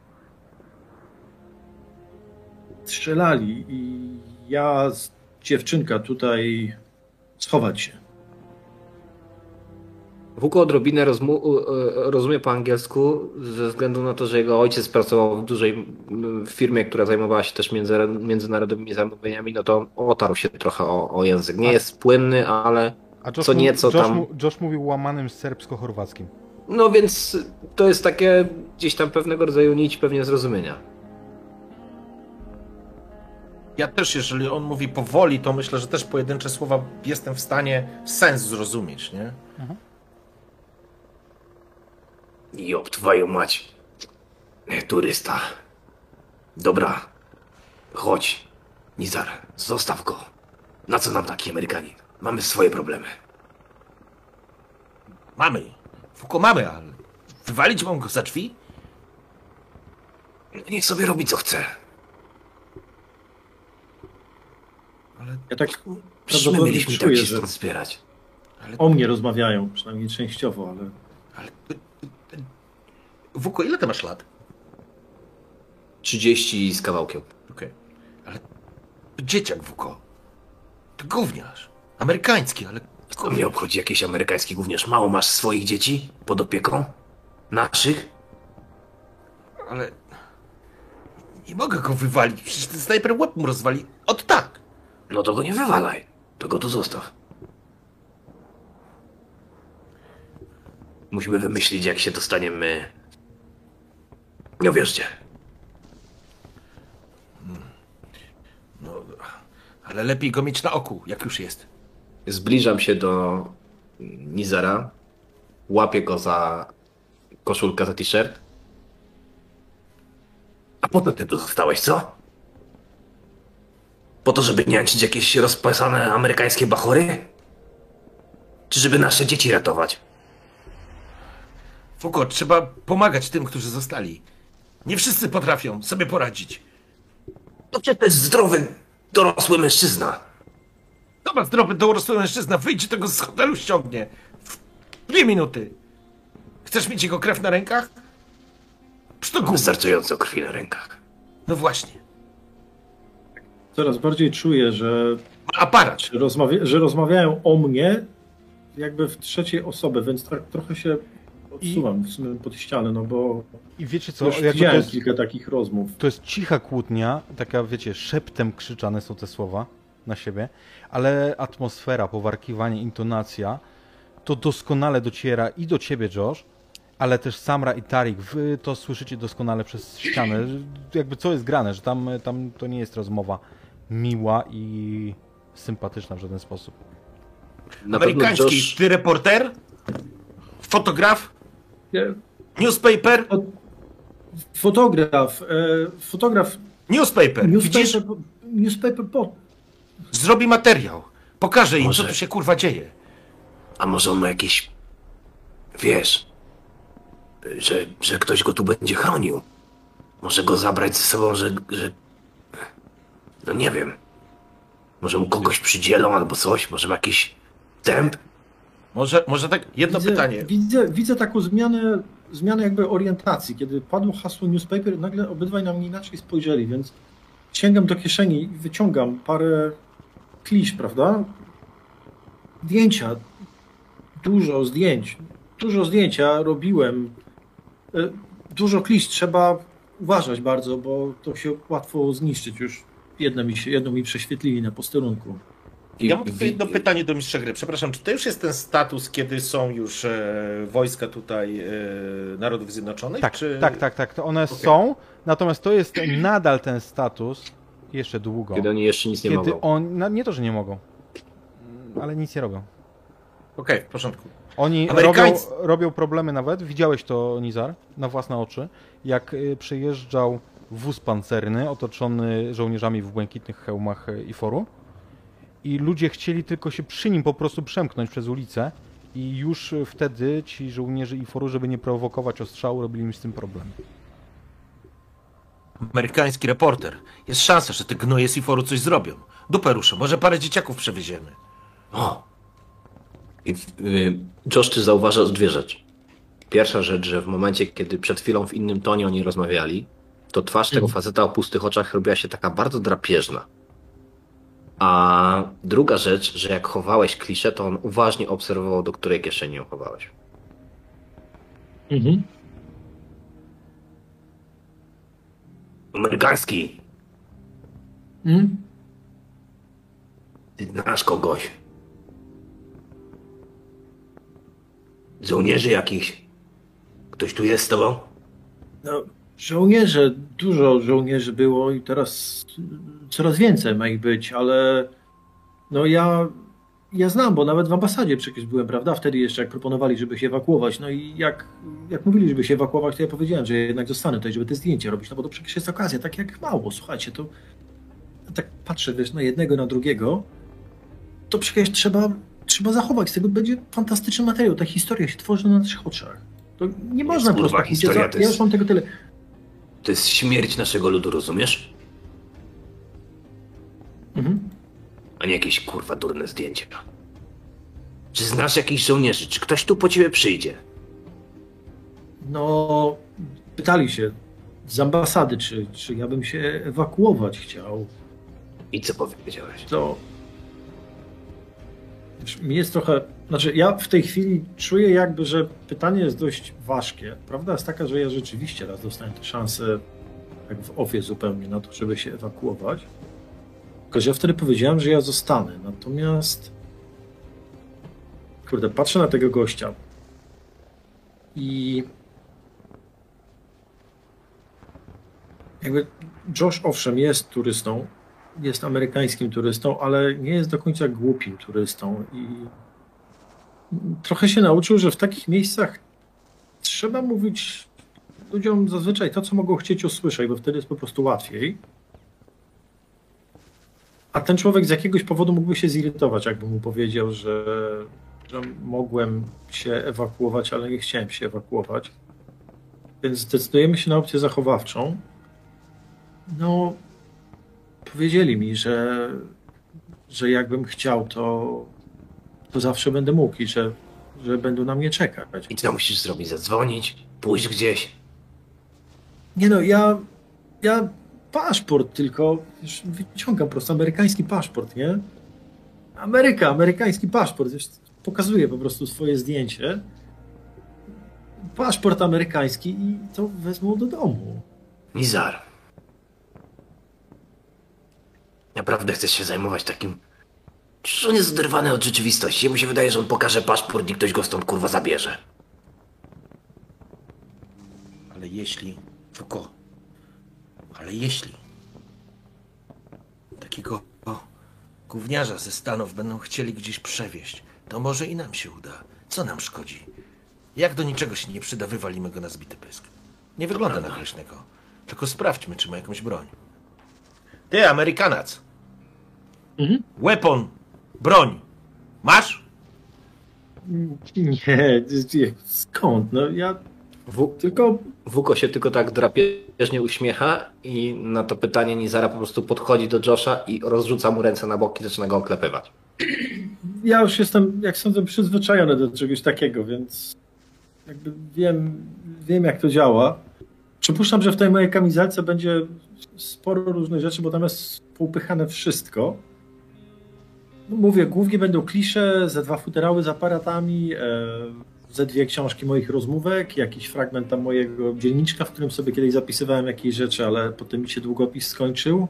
Strzelali i ja, z dziewczynka tutaj schować się. Wuko odrobinę rozmu- rozumie po angielsku ze względu na to, że jego ojciec pracował w dużej firmie, która zajmowała się też między, międzynarodowymi zamówieniami, no to otarł się trochę o, o język. Nie jest płynny, ale A Josh co mu- nieco Josh tam... mu- Josh mówił łamanym serbsko-chorwackim. No więc to jest takie gdzieś tam pewnego rodzaju nić pewnie zrozumienia. Ja też, jeżeli on mówi powoli, to myślę, że też pojedyncze słowa jestem w stanie sens zrozumieć, nie? Mhm. Job, twoją mać. Turysta. Dobra. Chodź. Nizar, zostaw go. Na co nam taki Amerykanin? Mamy swoje problemy. Mamy. Fuko mamy, ale wywalić mam go za drzwi? Niech sobie robi co chce. Ale, Ja tak Przecież my prawdopodobnie mieliśmy tak czuję, się że stąd zbierać. ale, o mnie rozmawiają, przynajmniej częściowo, ale ale... Wuko, ile ty masz lat? trzydzieści z kawałkiem. Okej. Ale dzieciak, Wuko. To gówniarz. Amerykański, ale... Co mnie obchodzi jakiś amerykański gówniarz? Mało masz swoich dzieci pod opieką? Naszych? Ale... Nie mogę go wywalić, przecież ten snajper łeb mu rozwali. Od tak. No to go nie wywalaj. To go tu zostaw. Musimy wymyślić, jak się dostaniemy... No wiesz gdzie. No, ale lepiej go mieć na oku, jak już jest. Zbliżam się do Nizara. Łapię go za koszulkę, za t-shirt. A po co ty tu zostałeś, co? Po to, żeby niańczyć jakieś rozpasane amerykańskie bachory? Czy żeby nasze dzieci ratować? Fuko, trzeba pomagać tym, którzy zostali. Nie wszyscy potrafią sobie poradzić. To przecież to jest zdrowy, dorosły mężczyzna. Dobra, zdrowy, dorosły mężczyzna, wyjdzie tego z hotelu, ściągnie. W dwie minuty. Chcesz mieć jego krew na rękach? Psz, to gówno. Wystarczająco krwi na rękach. No właśnie. coraz bardziej czuję, że, Ma aparat. że, rozmawia, że rozmawiają o mnie jakby w trzeciej osobie, więc tak trochę się odsuwam w sumie pod ścianę, no bo I wiecie co, już jakby to widziałem jest, kilka takich rozmów. to jest cicha kłótnia, taka wiecie, szeptem krzyczane są te słowa na siebie, ale atmosfera, powarkiwanie, intonacja, to doskonale dociera i do ciebie, Josh, ale też Samra i Tarik, wy to słyszycie doskonale przez ścianę, jakby co jest grane, że tam, tam to nie jest rozmowa miła i sympatyczna w żaden sposób. Na pewno Amerykański, Josh... ty reporter? Fotograf? Nie, Newspaper? fotograf, e, fotograf, Newspaper. Widzisz? newspaper, newspaper po... Zrobi materiał. Pokaże im, Może- co tu się kurwa dzieje. A może on ma jakieś... Wiesz... Że, że ktoś go tu będzie chronił. Może go zabrać ze sobą, że... że... No nie wiem. Może mu kogoś przydzielą albo coś. Może ma jakiś temp. Może, może tak, jedno widzę, pytanie. Widzę, widzę taką zmianę, zmianę jakby orientacji. Kiedy padło hasło newspaper, nagle obydwaj na mnie inaczej spojrzeli, więc sięgam do kieszeni i wyciągam parę klisz, prawda? Zdjęcia. Dużo zdjęć. Dużo zdjęcia robiłem. E, Dużo klisz. Trzeba uważać bardzo, bo to się łatwo zniszczyć już. Jedno mi, się, jedno mi prześwietlili na posterunku. I, Ja mam tylko i- jedno pytanie do mistrza gry. Przepraszam, czy to już jest ten status, kiedy są już e, wojska tutaj e, Narodów Zjednoczonych? Tak, czy... tak, tak, tak, to one Okej. są, natomiast to jest nadal ten status jeszcze długo. Kiedy oni jeszcze nic nie Kiedy mogą. on, no, nie to, że nie mogą, ale nic nie robią. Okej, w porządku. Oni Amerykańcy- robią, robią problemy nawet, widziałeś to, Nizar, na własne oczy, jak y, przejeżdżał wóz pancerny otoczony żołnierzami w błękitnych hełmach y, Iforu i ludzie chcieli tylko się przy nim po prostu przemknąć przez ulicę i już y, wtedy ci żołnierze Iforu, żeby nie prowokować ostrzału, robili mi z tym problem. Amerykański reporter. Jest szansa, że te gnoje z Iforu coś zrobią. Dupę ruszę, może parę dzieciaków przewieziemy. O! I, y, Josh, ty zauważasz dwie rzeczy. Pierwsza rzecz, że w momencie, kiedy przed chwilą w innym tonie oni rozmawiali, to twarz tego faceta o pustych oczach robiła się taka bardzo drapieżna. A druga rzecz, że jak chowałeś kliszę, to on uważnie obserwował, do której kieszeni ją chowałeś. Mhm. Amerykański! Mhm. Ty znasz kogoś. Żołnierzy jakichś. Ktoś tu jest z tobą? No, żołnierze, dużo żołnierzy było i teraz coraz więcej ma ich być, ale no ja, ja znam, bo nawet w ambasadzie przecież byłem, prawda? Wtedy jeszcze jak proponowali, żeby się ewakuować, no i jak, jak mówili, żeby się ewakuować, to ja powiedziałem, że jednak zostanę tutaj, żeby te zdjęcia robić, no bo to przecież jest okazja, tak jak mało, słuchajcie, to tak patrzę, wiesz, na jednego, na drugiego, to przecież trzeba, trzeba zachować, z tego będzie fantastyczny materiał, ta historia się tworzy na naszych oczach. To nie można po kurwa, prostu... historia to Ja jest- już mam tego tyle... To jest śmierć naszego ludu, rozumiesz? Mhm. A nie jakieś kurwa durne zdjęcia. Czy znasz jakichś żołnierzy? Czy ktoś tu po ciebie przyjdzie? No, pytali się z ambasady, czy, czy ja bym się ewakuować chciał. I co powiedziałeś? To wiesz, mi jest trochę, znaczy ja w tej chwili czuję jakby, że pytanie jest dość ważkie. Prawda jest taka, że ja rzeczywiście raz dostałem tę szansę, jak w ofie zupełnie, na to, żeby się ewakuować. Tylko że ja wtedy powiedziałem, że ja zostanę. Natomiast kurde, patrzę na tego gościa i jakby Josh owszem jest turystą, jest amerykańskim turystą, ale nie jest do końca głupim turystą i trochę się nauczył, że w takich miejscach trzeba mówić ludziom zazwyczaj to, co mogą chcieć usłyszeć, bo wtedy jest po prostu łatwiej. A ten człowiek z jakiegoś powodu mógłby się zirytować, jakby mu powiedział, że, że mogłem się ewakuować, ale nie chciałem się ewakuować. Więc zdecydujemy się na opcję zachowawczą. No, powiedzieli mi, że, że jakbym chciał, to, to zawsze będę mógł i że, że będą na mnie czekać. I co musisz zrobić? Zadzwonić? Pójść gdzieś? Nie no, ja, ja paszport tylko, wiesz, wyciągam po prostu amerykański paszport, nie? Ameryka, amerykański paszport, wiesz, pokazuję po prostu swoje zdjęcie. paszport amerykański i to wezmą do domu. Nizar. Naprawdę chcesz się zajmować takim... Przecież on jest oderwany od rzeczywistości. Jemu się wydaje, że on pokaże paszport i ktoś go stąd kurwa zabierze. Ale jeśli... Fuko. Ale jeśli... Takiego o, gówniarza ze Stanów będą chcieli gdzieś przewieźć, to może i nam się uda. Co nam szkodzi? Jak do niczego się nie przyda, wywalimy go na zbity pysk. Nie wygląda na groźnego. Tylko sprawdźmy, czy ma jakąś broń. Ty, Amerykanac! Mhm. Weapon! Broń! Masz? Nie, skąd? No ja W... tylko... Wuko się tylko tak drapieżnie uśmiecha i na to pytanie Nizara po prostu podchodzi do Josha i rozrzuca mu ręce na boki i zaczyna go oklepywać. Ja już jestem, jak sądzę, przyzwyczajony do czegoś takiego, więc jakby wiem, wiem jak to działa. Przypuszczam, że w tej mojej kamizelce będzie sporo różnych rzeczy, bo tam jest poupychane wszystko. Mówię, głównie będą klisze, ze dwa futerały z aparatami, e, ze dwie książki moich rozmówek, jakiś fragment tam mojego dzienniczka, w którym sobie kiedyś zapisywałem jakieś rzeczy, ale potem mi się długopis skończył.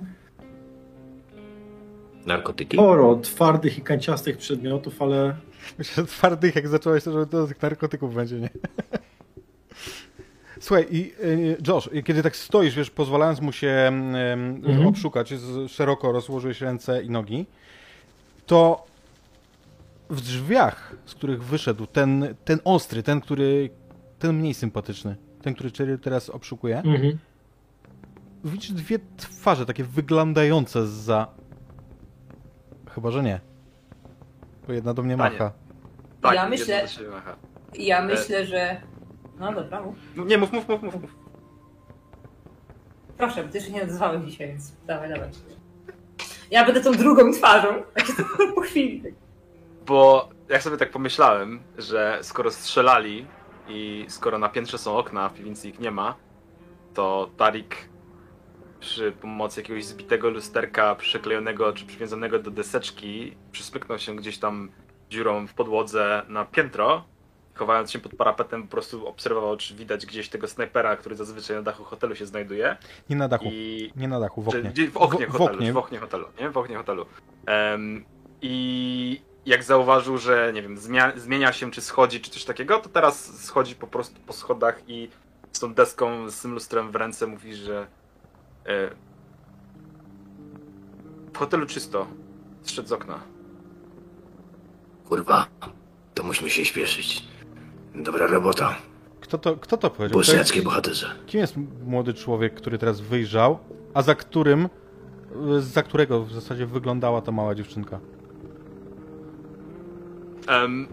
Narkotyki? Sporo twardych i kanciastych przedmiotów, ale... Myślę, że twardych, jak zacząłeś, to że to tych narkotyków będzie, nie? Słuchaj, i y, Josh, kiedy tak stoisz, wiesz, pozwalając mu się y, mhm. obszukać, z, szeroko rozłożyłeś ręce i nogi, to w drzwiach, z których wyszedł ten, ten ostry, ten, który, ten mniej sympatyczny, ten, który Cheryl teraz obszukuje, mhm. widzisz dwie twarze takie wyglądające zza... Chyba, że nie. Bo jedna do mnie Panie. macha. Tak, Ja myślę- jedno do siebie macha. Ja myślę, że... No dobra, mów. Nie, mów, mów, mów, mów. mów. Proszę, bo ty się nie odzwałeś dzisiaj, więc dawaj, dawaj. Ja będę tą drugą twarzą, tak się po chwili. Bo jak sobie tak pomyślałem, że skoro strzelali i skoro na piętrze są okna, a w piwnicy ich nie ma, to Tarik przy pomocy jakiegoś zbitego lusterka przyklejonego czy przywiązanego do deseczki przysmyknął się gdzieś tam dziurą w podłodze na piętro, chowając się pod parapetem, po prostu obserwował, czy widać gdzieś tego snajpera, który zazwyczaj na dachu hotelu się znajduje. Nie na dachu, I... nie na dachu, w Czy oknie. gdzieś w oknie w, hotelu, w oknie. w oknie hotelu, nie? W oknie hotelu. Um, I jak zauważył, że nie wiem, zmia zmienia się, czy schodzi, czy coś takiego, to teraz schodzi po prostu po schodach i z tą deską, z tym lustrem w ręce mówi, że e, w hotelu czysto. Zszedł z okna. Kurwa, to musimy się śpieszyć. Dobra robota. Kto to, kto to powiedział? Kto jest, Bosniackiej bohaterze. kim jest młody człowiek, który teraz wyjrzał, a za którym, za którego w zasadzie wyglądała ta mała dziewczynka? Um,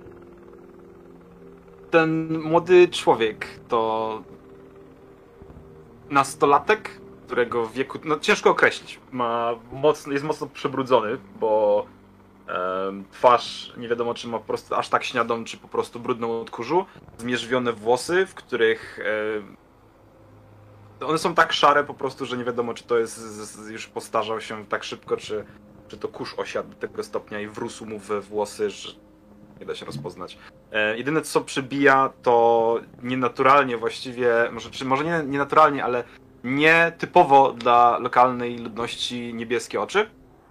ten młody człowiek to nastolatek, którego w wieku, no ciężko określić, ma mocno, jest mocno przebrudzony, bo um, twarz nie wiadomo czy ma po prostu aż tak śniadą, czy po prostu brudną od kurzu, zmierzwione włosy, w których um, one są tak szare po prostu, że nie wiadomo czy to jest z, już postarzał się tak szybko, czy że to kurz osiadł do tego stopnia i wrósł mu we włosy, że nie da się rozpoznać. E, jedyne co przybija to nienaturalnie właściwie, może, czy może nie nienaturalnie, ale nie typowo dla lokalnej ludności niebieskie oczy.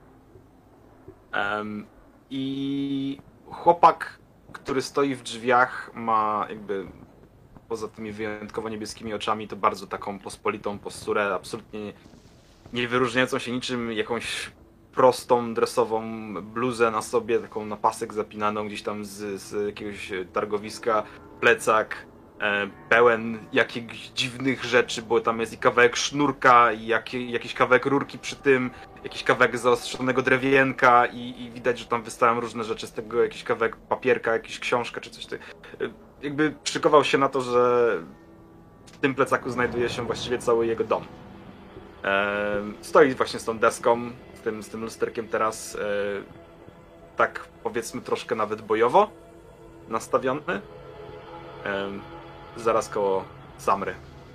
Um, I chłopak, który stoi w drzwiach, ma jakby poza tymi wyjątkowo niebieskimi oczami to bardzo taką pospolitą posturę, absolutnie nie wyróżniającą się niczym, jakąś prostą, dresową bluzę na sobie, taką na pasek zapinaną gdzieś tam z, z jakiegoś targowiska, plecak e, pełen jakichś dziwnych rzeczy, bo tam jest i kawałek sznurka, i jaki, jakiś kawałek rurki przy tym, jakiś kawałek zaostrzonego drewienka i, i widać, że tam wystają różne rzeczy z tego, jakiś kawałek papierka, jakaś książka czy coś takiego. Jakby szykował się na to, że w tym plecaku znajduje się właściwie cały jego dom. E, stoi właśnie z tą deską, z tym, z tym lusterkiem teraz, e, tak powiedzmy troszkę nawet bojowo nastawiony, e, zaraz koło Samry.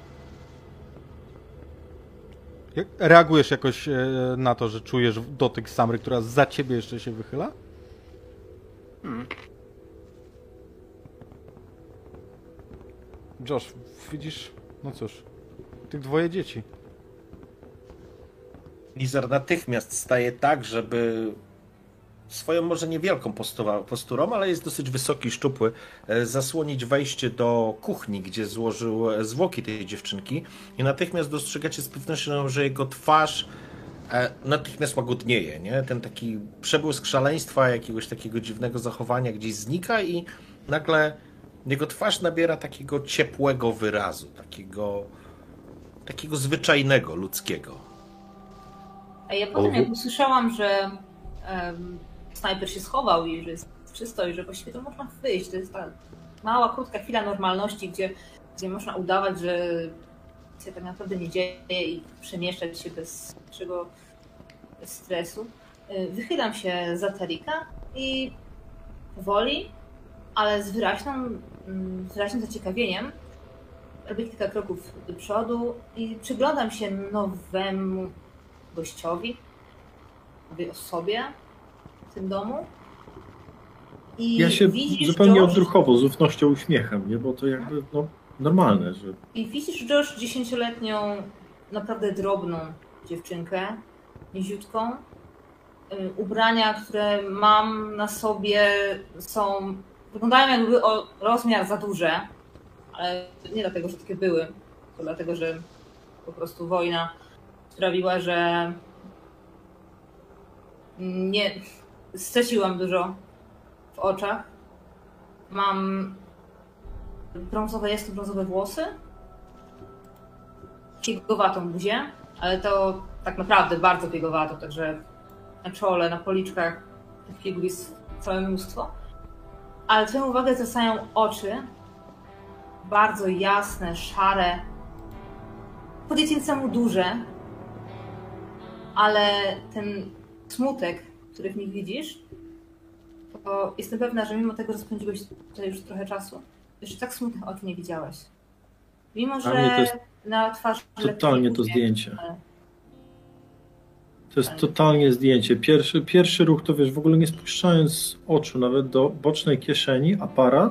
Jak reagujesz jakoś e, na to, że czujesz dotyk Samry, która za ciebie jeszcze się wychyla? Hmm. Josh, widzisz, no cóż, tych dwoje dzieci. Lizard natychmiast staje tak, żeby swoją może niewielką postura- posturą, ale jest dosyć wysoki, szczupły, e, zasłonić wejście do kuchni, gdzie złożył e, zwłoki tej dziewczynki i natychmiast dostrzegacie z pewnością, że jego twarz e, natychmiast łagodnieje, nie? Ten taki przebłysk szaleństwa, jakiegoś takiego dziwnego zachowania gdzieś znika i nagle jego twarz nabiera takiego ciepłego wyrazu, takiego, takiego zwyczajnego, ludzkiego. A ja potem jak usłyszałam, że um, snajper się schował i że jest czysto i że właściwie to można wyjść, to jest ta mała, krótka chwila normalności, gdzie, gdzie można udawać, że się tak naprawdę nie dzieje i przemieszczać się bez większego stresu. Wychylam się za Tarika i powoli, ale z wyraźną, z wyraźnym zaciekawieniem robię kilka kroków do przodu i przyglądam się nowemu gościowi, nowej osobie w tym domu. I Ja się widzisz, zupełnie Josh, odruchowo, z ufnością uśmiecham, nie? Bo to jakby no, normalne, że... I widzisz Josh dziesięcioletnią, naprawdę drobną dziewczynkę, niziutką. Ubrania, które mam na sobie są, wyglądają jakby o rozmiar za duże, ale nie dlatego, że takie były, tylko dlatego, że po prostu wojna sprawiła, że nie straciłam dużo w oczach. Mam brązowe, jest brązowe włosy, fiegowatą buzię, ale to tak naprawdę bardzo fiegowatą, także na czole, na policzkach tych fiegów jest całe mnóstwo. Ale twoją uwagę zwracają oczy, bardzo jasne, szare, po dziecięcemu duże, ale ten smutek, który w nich widzisz, to jestem pewna, że mimo tego, że spędziłeś tutaj już trochę czasu, jeszcze tak smutnych oczu nie widziałeś. Mimo, że mnie to jest na twarzy... totalnie to zdjęcie. To jest totalnie zdjęcie. Pierwszy, pierwszy ruch to wiesz, w ogóle nie spuszczając oczu nawet do bocznej kieszeni, aparat.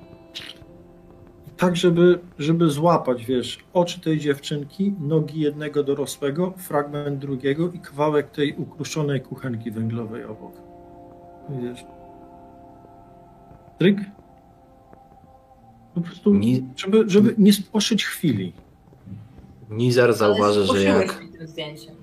Tak, żeby, żeby złapać, wiesz, oczy tej dziewczynki, nogi jednego dorosłego, fragment drugiego i kawałek tej ukruszonej kuchenki węglowej obok. Widzisz? Tryk? Po prostu, Ni- żeby, żeby nie spłoszyć chwili. Nizar zauważy, że jak, Tym zdjęciem.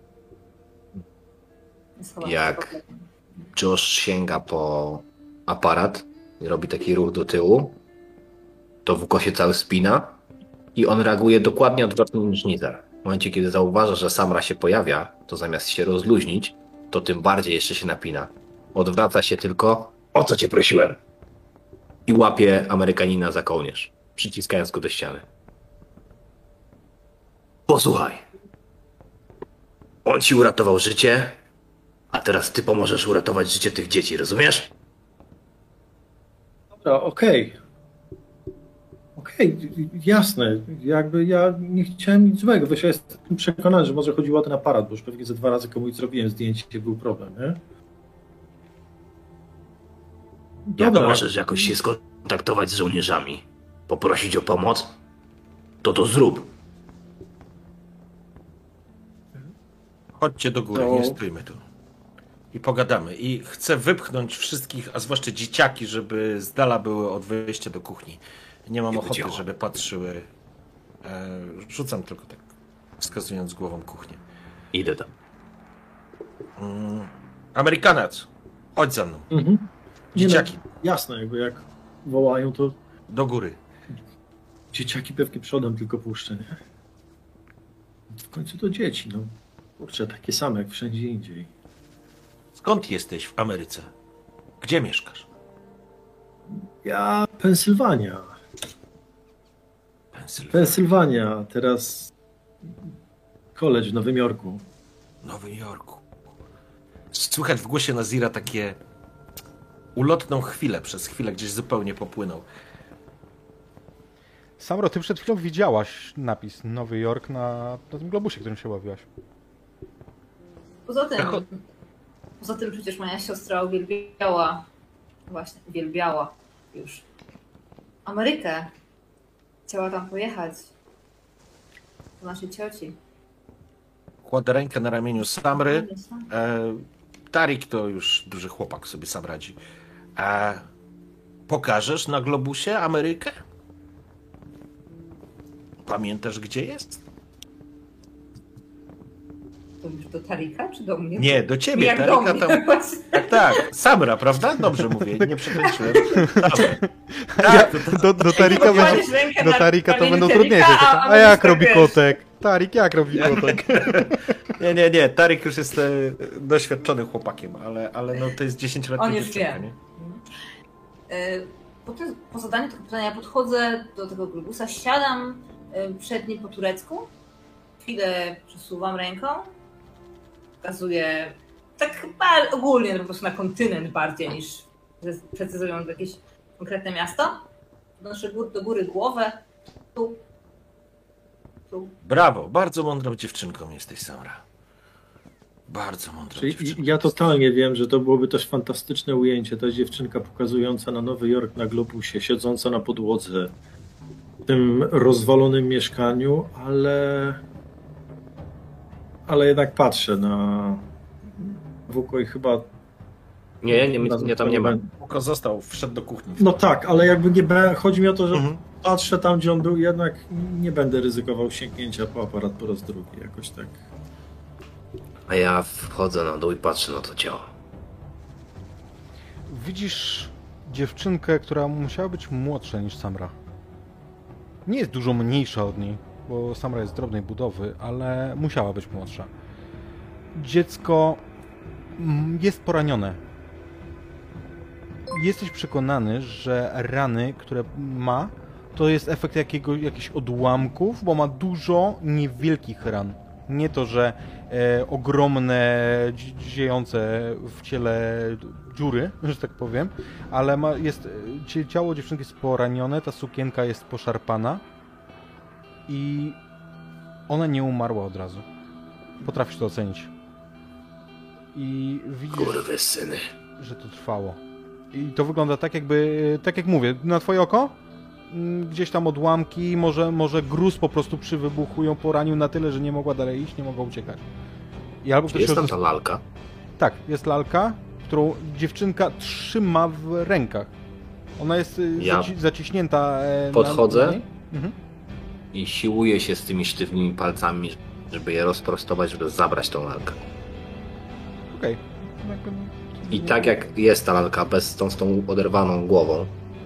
jak Josh sięga po aparat i robi taki ruch do tyłu, to Wuko się cały spina i on reaguje dokładnie odwrotnie niż Nizar. W momencie, kiedy zauważa, że Samra się pojawia, to zamiast się rozluźnić, to tym bardziej jeszcze się napina. Odwraca się tylko, o co cię prosiłem? I łapie Amerykanina za kołnierz, przyciskając go do ściany. Posłuchaj. On ci uratował życie, a teraz ty pomożesz uratować życie tych dzieci, rozumiesz? Dobra, okej. Okej, jasne. Jakby ja nie chciałem nic złego. Wiesz, ja jestem przekonany, że może chodziło o ten aparat, bo już pewnie ze dwa razy komuś zrobiłem zdjęcie, był problem, nie? Jak Dobra. możesz jakoś się skontaktować z żołnierzami, poprosić o pomoc, to to zrób. Chodźcie do góry, To- nie stójmy tu. I pogadamy. I chcę wypchnąć wszystkich, a zwłaszcza dzieciaki, żeby z dala były od wejścia do kuchni. Nie mam Nie ochoty, wydziała. żeby patrzyły. E, rzucam tylko tak, wskazując głową kuchnię. Idę tam. Mm, Amerykanac, chodź za mną. Mhm. Nie Dzieciaki, no, jasne, jakby jak wołają, to do góry. dzieciaki pewnie przodem tylko puszczę, nie? W końcu to dzieci, no. Kurczę, takie same jak wszędzie indziej. Skąd jesteś w Ameryce? Gdzie mieszkasz? Ja... Pensylwania. Pensylwania, Pensylwania, teraz college w Nowym Jorku. Nowym Jorku. Słychać w głosie Nazira takie ulotną chwilę, przez chwilę gdzieś zupełnie popłynął. Samro, ty przed chwilą widziałaś napis Nowy Jork na, na tym globusie, którym się ławiłaś. Poza tym, Echo- poza tym przecież moja siostra uwielbiała, właśnie uwielbiała już Amerykę chciała tam pojechać. Do naszej cioci. Kładę rękę na ramieniu Samry. E, Tarik to już duży chłopak, sobie sam radzi. E, pokażesz na globusie Amerykę? Pamiętasz, gdzie jest? To już do Tarika, czy do mnie? Nie, do ciebie. Jak do Tarika mnie. tam... Tak, tak. Samra, prawda? Dobrze mówię, nie przekręciłem. Tak, to, to... Do, do Tarika, Kładziesz będzie, rękę do na Tarika to ramieniu będą Tarika, trudniejsze. a- a A jak będziesz robi tak, wiesz. kotek? Tarik, jak robi kotek? Nie, nie, nie. Tarik już jest e, doświadczonym chłopakiem, ale, ale no, to jest dziesięcioletnia On już dziewczynka, wie. nie? E, Po, tym, po zadaniu tego pytania podchodzę do tego globusa, siadam e, przed nim po turecku, chwilę przesuwam ręką, wskazuję tak chyba ogólnie po prostu na kontynent bardziej niż precyzując jakieś konkretne miasto. Podnoszę gór, do góry głowę, tu, tu. Brawo, bardzo mądrą dziewczynką jesteś, Samra. Bardzo mądrą Czyli dziewczynką. ja totalnie wiem, że to byłoby też fantastyczne ujęcie. Ta dziewczynka pokazująca na Nowy Jork na globusie, siedząca na podłodze w tym rozwalonym mieszkaniu, ale ale jednak patrzę na Wuko i chyba... Nie, nie, nie tam nie ma. Łuko został, wszedł do kuchni. No tak, ale jakby nie be... chodzi mi o to, że Mhm. patrzę tam, gdzie on był, jednak nie będę ryzykował sięgnięcia po aparat po raz drugi, jakoś tak. A ja wchodzę na dół i patrzę na to ciało. Widzisz dziewczynkę, która musiała być młodsza niż Samra. Nie jest dużo mniejsza od niej, bo Samra jest drobnej budowy, ale musiała być młodsza. Dziecko mm, jest poranione. Jesteś przekonany, że rany, które ma, to jest efekt jakiego, jakichś odłamków, bo ma dużo niewielkich ran. Nie to, że e, ogromne, dzi- dziejące w ciele dziury, że tak powiem, ale ma, jest, cie- ciało dziewczynki jest poranione, ta sukienka jest poszarpana i ona nie umarła od razu. Potrafisz to ocenić. I widzisz, Kurwy syny. że to trwało. I to wygląda tak jakby, tak jak mówię, na twoje oko mm, gdzieś tam odłamki, może, może gruz po prostu przy wybuchu ją poranił na tyle, że nie mogła dalej iść, nie mogła uciekać. I albo Czy ktoś jest ją tam zas- ta lalka? Tak, jest lalka, którą dziewczynka trzyma w rękach. Ona jest y, Ja zaci- zaciśnięta. e, na- podchodzę. na niej. Mhm. I siłuję się z tymi sztywnymi palcami, żeby je rozprostować, żeby zabrać tą lalkę. Okej. I tak jak jest ta lalka, bez tą, z tą oderwaną głową,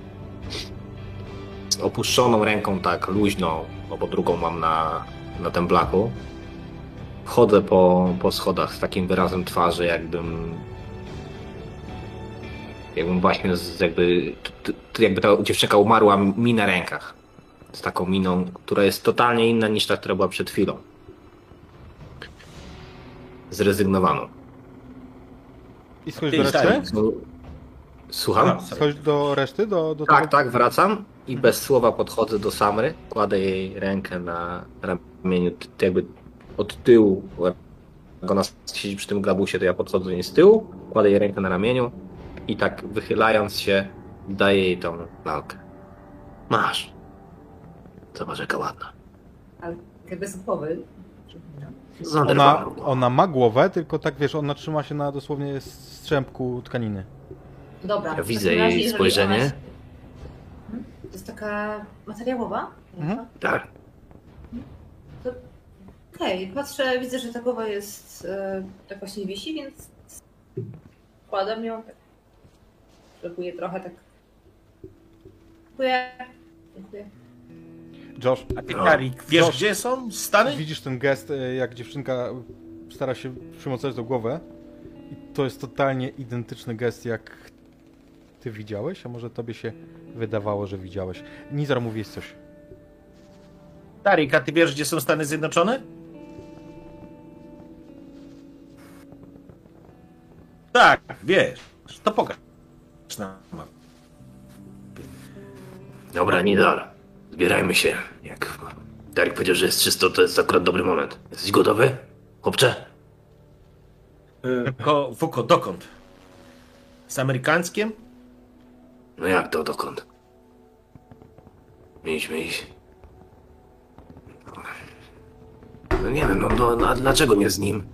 z opuszczoną ręką tak luźno, no bo drugą mam na, na tym blaku, chodzę po, po schodach z takim wyrazem twarzy, jakbym jakbym właśnie z, jakby, t, t, jakby ta dziewczynka umarła mi na rękach. Z taką miną, która jest totalnie inna niż ta, która była przed chwilą. Zrezygnowaną. I schodzisz do Ty, reszty? tak. No, słucham? Dobra. Schodzisz do reszty? Do, do Tak, tego? tak, wracam i bez słowa podchodzę do Samry, kładę jej rękę na ramieniu, t- jakby od tyłu, jak ona siedzi przy tym glabusie, to ja podchodzę do niej z tyłu, kładę jej rękę na ramieniu i tak wychylając się, daję jej tą lalkę. Masz. Zobacz, jaka ładna. Ale bez głowy. Ona, Zaderwaną. ona ma głowę, tylko tak wiesz, ona trzyma się na dosłownie strzępku tkaniny. Dobra. Ja w widzę takim razie, jej jeżeli spojrzenie. ona jest- Hmm? To jest taka materiałowa? Mhm. Tak. Okej, patrzę, widzę, że ta głowa jest e, tak właśnie wisi, więc wkładam ją, tak próbuję trochę tak. Dziękuję. Dziękuję. Josh, A ty, Tarik, wiesz, Josh. gdzie są Stany? widzisz ten gest, e, jak dziewczynka stara się przymocować do głowy i to jest totalnie identyczny gest, jak ty widziałeś, a może tobie się wydawało, że widziałeś. Nizar, mówisz coś. Tarik, a ty wiesz, gdzie są Stany Zjednoczone? Tak, wiesz. To pokaż nam. Dobra, Nidal. Zbierajmy się. Jak Darek powiedział, że jest czysto, to jest akurat dobry moment. Jesteś gotowy, chłopcze? E, Ko, Fuko, dokąd? Z amerykańskiem? No jak to, dokąd? Mieliśmy iść No nie wiem, no, no, no a dlaczego nie z nim?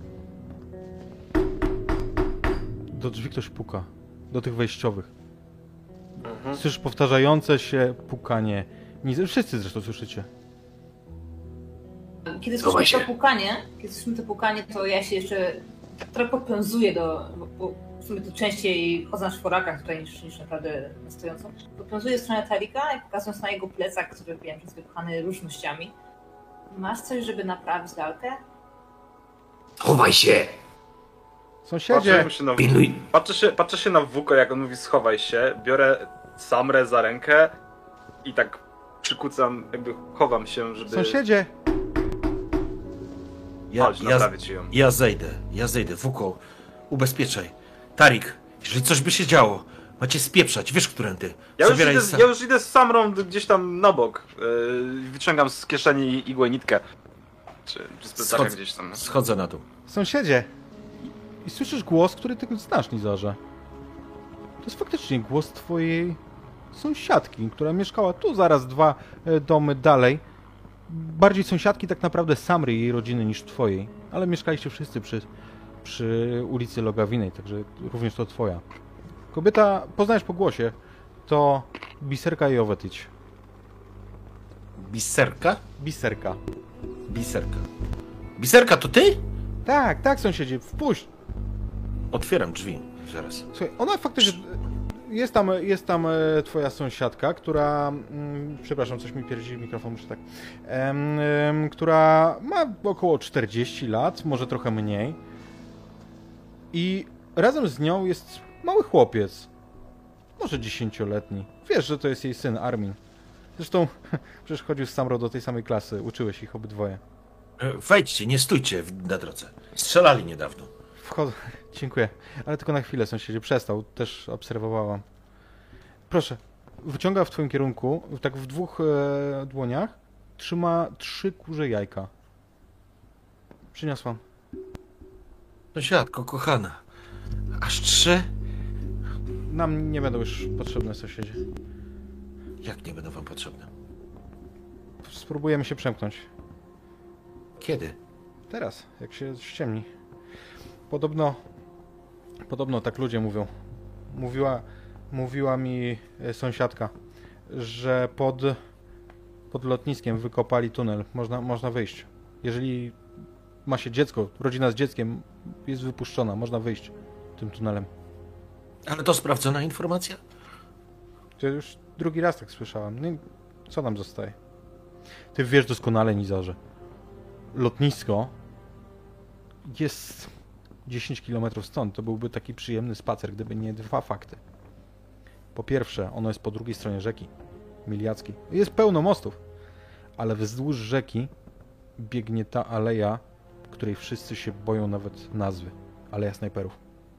Do drzwi ktoś puka. Do tych wejściowych. Mhm. Słyszysz powtarzające się pukanie. Nic- Wszyscy zresztą słyszycie. Kiedy Schowaj słyszymy to się. pukanie, kiedy słyszymy to pukanie, to ja się jeszcze tak trochę podwiązuję do, bo, bo w sumie to częściej chodzę na czworakach tutaj niż, niż naprawdę na stojącą. Podwiązuję w stronę Tarika i pokazując na jego plecak, który wiem, że jest wypchany różnościami. Masz coś, żeby naprawić lalkę? Chowaj się! Sąsiedzie! Patrzę się na, Pilnuj. patrzę się, patrzę się na Wuko, jak on mówi schowaj się, biorę Samrę za rękę i tak przykucam, jakby chowam się, żeby... Sąsiedzie! Ja, Chodź, ja, naprawię ci ją. ja zejdę, ja zejdę. Wuko, ubezpieczaj. Tarik, jeżeli coś by się działo, macie spieprzać, wiesz, którędy. Ja już, Zabieraj idę, sa- z- ja już idę z Samrą gdzieś tam na bok. Yy, wyciągam z kieszeni igłę nitkę. Czy, czy z plecaka Schodzę, gdzieś tam. schodzę na dół. Sąsiedzie! I słyszysz głos, który ty znasz, Nizarze. To jest faktycznie głos twojej sąsiadki, która mieszkała tu zaraz dwa e, domy dalej. Bardziej sąsiadki tak naprawdę Samry i jej rodziny niż twojej. Ale mieszkaliście wszyscy przy, przy ulicy Logawinej, także również to twoja. Kobieta, poznajesz po głosie, to Biserka Jovetyć. Biserka? Biserka. Biserka. Biserka, to ty? Tak, tak, sąsiedzie, wpuść. Otwieram drzwi, zaraz. Słuchaj, ona faktycznie... Jest tam, jest tam e, twoja sąsiadka, która... Mm, przepraszam, coś mi pierdzi mikrofon, muszę tak... Em, em, która ma około czterdzieści lat, może trochę mniej. I razem z nią jest mały chłopiec. Może dziesięcioletni. Wiesz, że to jest jej syn, Armin. Zresztą przecież chodził z Samro do tej samej klasy. Uczyłeś ich obydwoje. E, Wejdźcie, nie stójcie w- na drodze. Strzelali niedawno. Wchodzę. Dziękuję. Ale tylko na chwilę, sąsiedzie. Przestał. Też obserwowałam. Proszę. Wyciąga w twoim kierunku, tak w dwóch e, dłoniach, trzyma trzy kurze jajka. Przyniosłam. Sąsiadko, kochana. Aż trzy? Nam nie będą już potrzebne, sąsiedzie. Jak nie będą wam potrzebne? Spróbujemy się przemknąć. Kiedy? Teraz, jak się ściemni. Podobno... Podobno tak ludzie mówią. Mówiła, mówiła mi e, sąsiadka, że pod, pod lotniskiem wykopali tunel. Można, można wyjść. Jeżeli ma się dziecko, rodzina z dzieckiem jest wypuszczona, można wyjść tym tunelem. Ale to sprawdzona informacja? To już drugi raz tak słyszałem. No i co nam zostaje? Ty wiesz doskonale, Nizarze. Lotnisko jest dziesięć kilometrów stąd. To byłby taki przyjemny spacer, gdyby nie dwa fakty. Po pierwsze, ono jest po drugiej stronie rzeki. Miliackiej. Jest pełno mostów. Ale wzdłuż rzeki biegnie ta aleja, której wszyscy się boją nawet nazwy. Aleja Snajperów.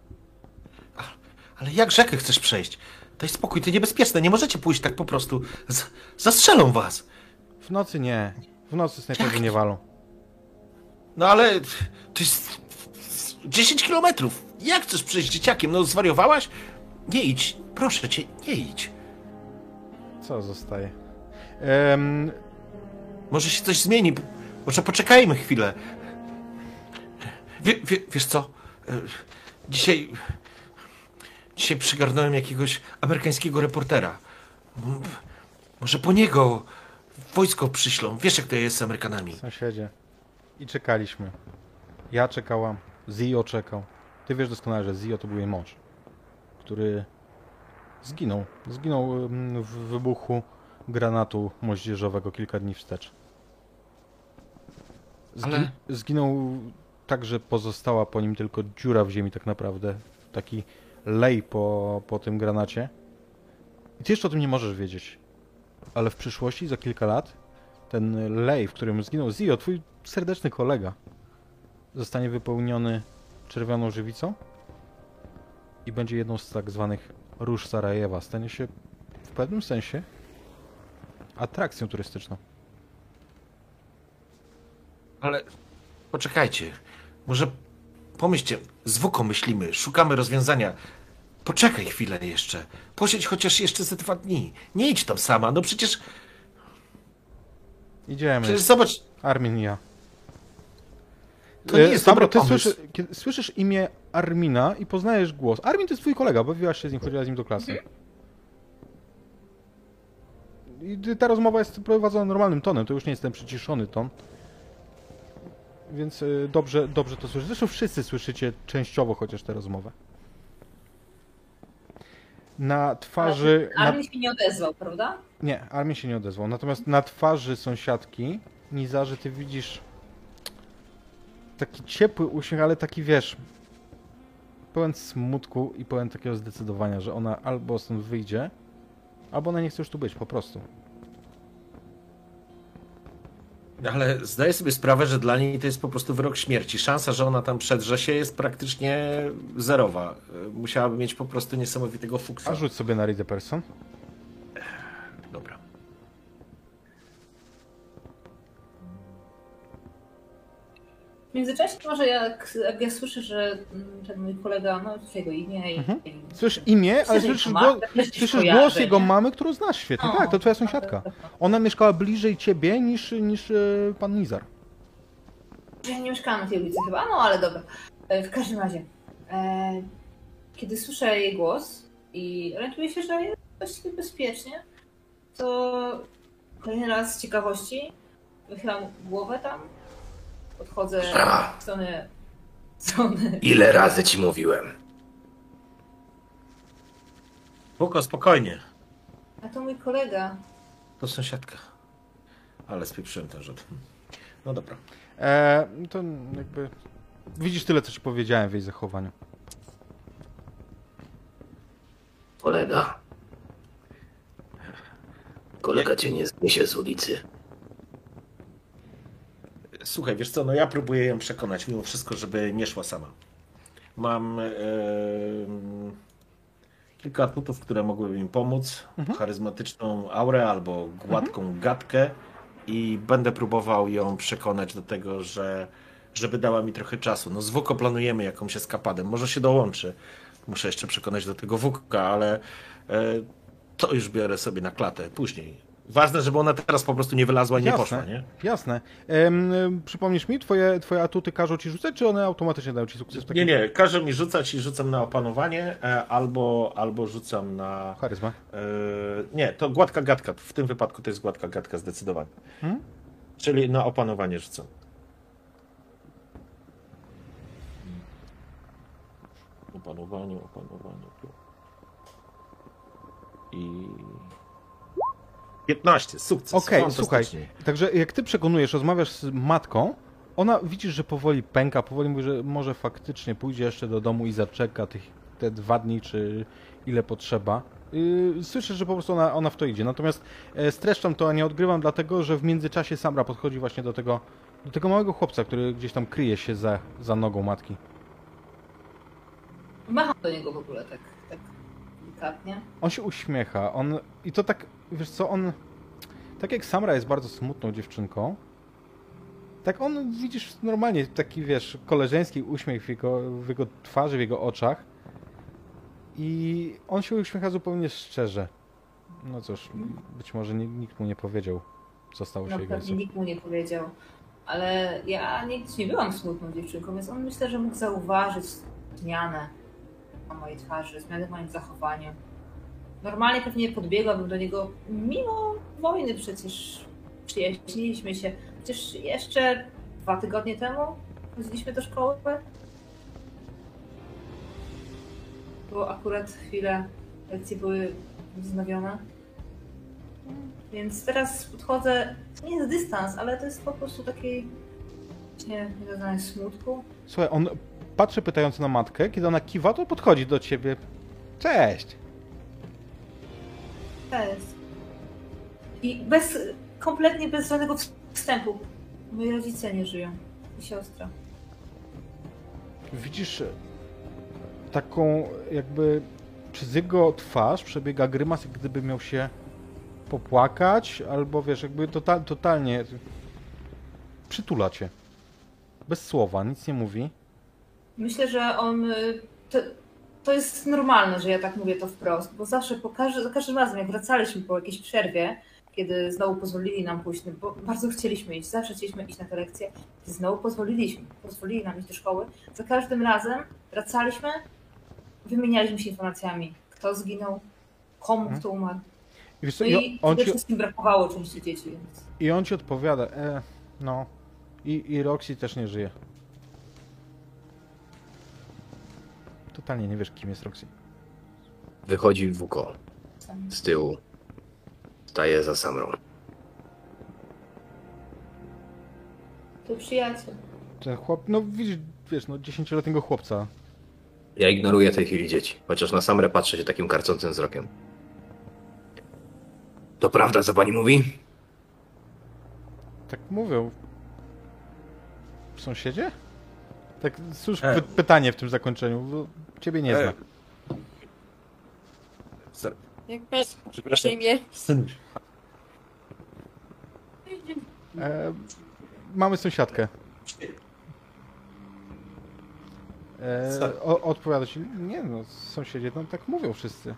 Ale jak rzekę chcesz przejść? Daj spokój, to niebezpieczne. Nie możecie pójść tak po prostu. Z zastrzelą was. W nocy nie. W nocy snajperzy nie walą. No ale to jest dziesięć kilometrów. Jak chcesz przejść dzieciakiem? No zwariowałaś? Nie idź. Proszę cię, nie idź. Co zostaje? Ehm, Może się coś zmieni. Może poczekajmy chwilę. Wie, wie, wiesz co? E, Dzisiaj... Dzisiaj przygarnąłem jakiegoś amerykańskiego reportera. M- Może po niego wojsko przyślą. Wiesz, jak to jest z Amerykanami. Sąsiedzie. I czekaliśmy. Ja czekałam. Zio czekał. Ty wiesz doskonale, że Zio to był jej mąż, który zginął. Zginął mm, w wybuchu granatu moździerzowego kilka dni wstecz. Zgi- Ale- Zginął tak, że pozostała po nim tylko dziura w ziemi tak naprawdę. Taki lej po, po tym granacie. I ty jeszcze o tym nie możesz wiedzieć. Ale w przyszłości, za kilka lat, ten lej, w którym zginął Zio, twój serdeczny kolega, zostanie wypełniony czerwoną żywicą i będzie jedną z tak zwanych róż Sarajewa. Stanie się w pewnym sensie atrakcją turystyczną. Ale poczekajcie. Może pomyślcie, z Wuką myślimy, szukamy rozwiązania. Poczekaj chwilę jeszcze. Posiedź chociaż jeszcze ze dwa dni. Nie idź tam sama, no przecież... Idziemy. Przecież zobacz... Armin i ja. To nie jest dobry ty pomysł. słyszysz, kiedy słyszysz imię Armina i poznajesz głos. Armin to jest twój kolega, bawiłaś się z nim, chodziłaś z nim do klasy. I ta rozmowa jest prowadzona normalnym tonem, to już nie jest ten przyciszony ton. Więc y, dobrze, dobrze to słyszysz. Zresztą wszyscy słyszycie częściowo chociaż tę rozmowę. Na twarzy... Ale na... Armin się nie odezwał, prawda? Nie, Armin się nie odezwał. Natomiast na twarzy sąsiadki Nizarzy ty widzisz taki ciepły uśmiech, ale taki, wiesz, pełen smutku i pełen takiego zdecydowania, że ona albo stąd wyjdzie, albo ona nie chce już tu być, po prostu. Ale zdaję sobie sprawę, że dla niej to jest po prostu wyrok śmierci. Szansa, że ona tam przedrze się, jest praktycznie zerowa. Musiałaby mieć po prostu niesamowitego fuksa. A rzuć sobie na Read the Person. Dobra. W międzyczasie może jak, jak ja słyszę, że ten mój kolega, no to jego imię i... Mhm. i Słyszysz imię, ale Słyszysz słyszysz, jego głos, matkę, też słyszysz kojarzę, głos jego nie? mamy, którą znasz świetnie. O, Tak, to twoja sąsiadka. Ona mieszkała bliżej ciebie niż, niż e, pan Nizar. Ja nie mieszkałam na tej ulicy chyba, no ale dobra. E, W każdym razie, e, kiedy słyszę jej głos i orientuję się, że jest właściwie bezpiecznie, to kolejny raz z ciekawości wychylam głowę tam, podchodzę w stronę, w stronę. Ile razy ci mówiłem? Spoko, spokojnie. A to mój kolega. To sąsiadka. Ale spieprzyłem ten rzut. No dobra. E, to jakby... Widzisz tyle, co ci powiedziałem w jej zachowaniu. Kolega. Kolega cię nie zniesie z ulicy. Słuchaj, wiesz co, no ja próbuję ją przekonać mimo wszystko, żeby nie szła sama. Mam e, kilka atutów, które mogłyby mi pomóc. Mhm. Charyzmatyczną aurę albo gładką mhm. gadkę i będę próbował ją przekonać do tego, że żeby dała mi trochę czasu. No z Wuko planujemy jakąś eskapadę, może się dołączy. Muszę jeszcze przekonać do tego Wuka, ale e, to już biorę sobie na klatę później. Ważne, żeby ona teraz po prostu nie wylazła i nie Jasne, poszła, nie? Jasne. Ehm, przypomnisz mi, twoje, twoje atuty każą ci rzucać, czy one automatycznie dają ci sukces? Nie, nie, każe mi rzucać i rzucam na opanowanie, e, albo, albo rzucam na... Charyzma. E, nie, to gładka gadka. W tym wypadku to jest gładka gadka zdecydowanie. Hmm? Czyli na opanowanie rzucam. Opanowanie, opanowanie. Tu. I... piętnaście, sukces. Okej, okay, słuchaj, także jak ty przekonujesz, rozmawiasz z matką, ona widzisz, że powoli pęka, powoli mówi, że może faktycznie pójdzie jeszcze do domu i zaczeka tych, te dwa dni, czy ile potrzeba. Yy, słyszę, że po prostu ona, ona w to idzie. Natomiast e, streszczam to, a nie odgrywam, dlatego, że w międzyczasie Samra podchodzi właśnie do tego, do tego małego chłopca, który gdzieś tam kryje się za, za nogą matki. Macham do niego w ogóle tak, tak delikatnie. On się uśmiecha, on... I to tak, wiesz co, on... Tak jak Samra jest bardzo smutną dziewczynką, tak on, widzisz, normalnie taki, wiesz, koleżeński uśmiech w jego, w jego twarzy, w jego oczach. I on się uśmiecha zupełnie szczerze. No cóż, być może nie, nikt mu nie powiedział, co stało się No jego pewnie ojcu. nikt mu nie powiedział. Ale ja nigdy nie byłam smutną dziewczynką, więc on myślę, że mógł zauważyć zmianę na mojej twarzy, zmianę w moim zachowaniu. Normalnie pewnie podbiegłabym do niego, mimo wojny przecież przyjaźniliśmy się. Przecież jeszcze dwa tygodnie temu chodziliśmy do szkoły. Bo akurat chwilę lekcje były wznowione. Więc teraz podchodzę, to nie jest dystans, ale to jest po prostu taki, nie wiem, smutku. Słuchaj, on patrzy pytająco na matkę, kiedy ona kiwa, to podchodzi do ciebie. Cześć! To jest. I bez, kompletnie bez żadnego wstępu. Moi rodzice nie żyją. I siostra. Widzisz taką jakby przez jego twarz przebiega grymas, jak gdyby miał się popłakać, albo wiesz, jakby total, totalnie przytula cię. Bez słowa, nic nie mówi. Myślę, że on... To, to jest normalne, że ja tak mówię to wprost, bo zawsze po każdy, za każdym razem, jak wracaliśmy po jakiejś przerwie kiedy znowu pozwolili nam pójść, bo bardzo chcieliśmy iść, zawsze chcieliśmy iść na te lekcje, kiedy znowu pozwoliliśmy, pozwolili nam iść do szkoły, za każdym razem wracaliśmy, wymienialiśmy się informacjami, kto zginął, komu kto umarł. I, wiesz co, No i i on przede ci, wszystkim brakowało części dzieci, więc... i on ci odpowiada, e, no, i, i Roxy też nie żyje. Totalnie nie wiesz, kim jest Roxy. Wychodzi Wuko z tyłu. Staje za Samrą. To przyjaciel. Ten chłop, no widzisz, wiesz, no dziesięcioletniego chłopca. Ja ignoruję w tej chwili dzieci, chociaż na Samrę patrzę się takim karcącym wzrokiem. To prawda, co pani mówi? Tak mówią. W sąsiedzie? Tak, cóż, E. py pytanie w tym zakończeniu, bo ciebie nie E. zna. Sorry. Jak masz Przepraszam. imię? Synuś. E, mamy sąsiadkę. E, Sorry. o, odpowiada ci, nie no, sąsiedzie, no tak mówią wszyscy.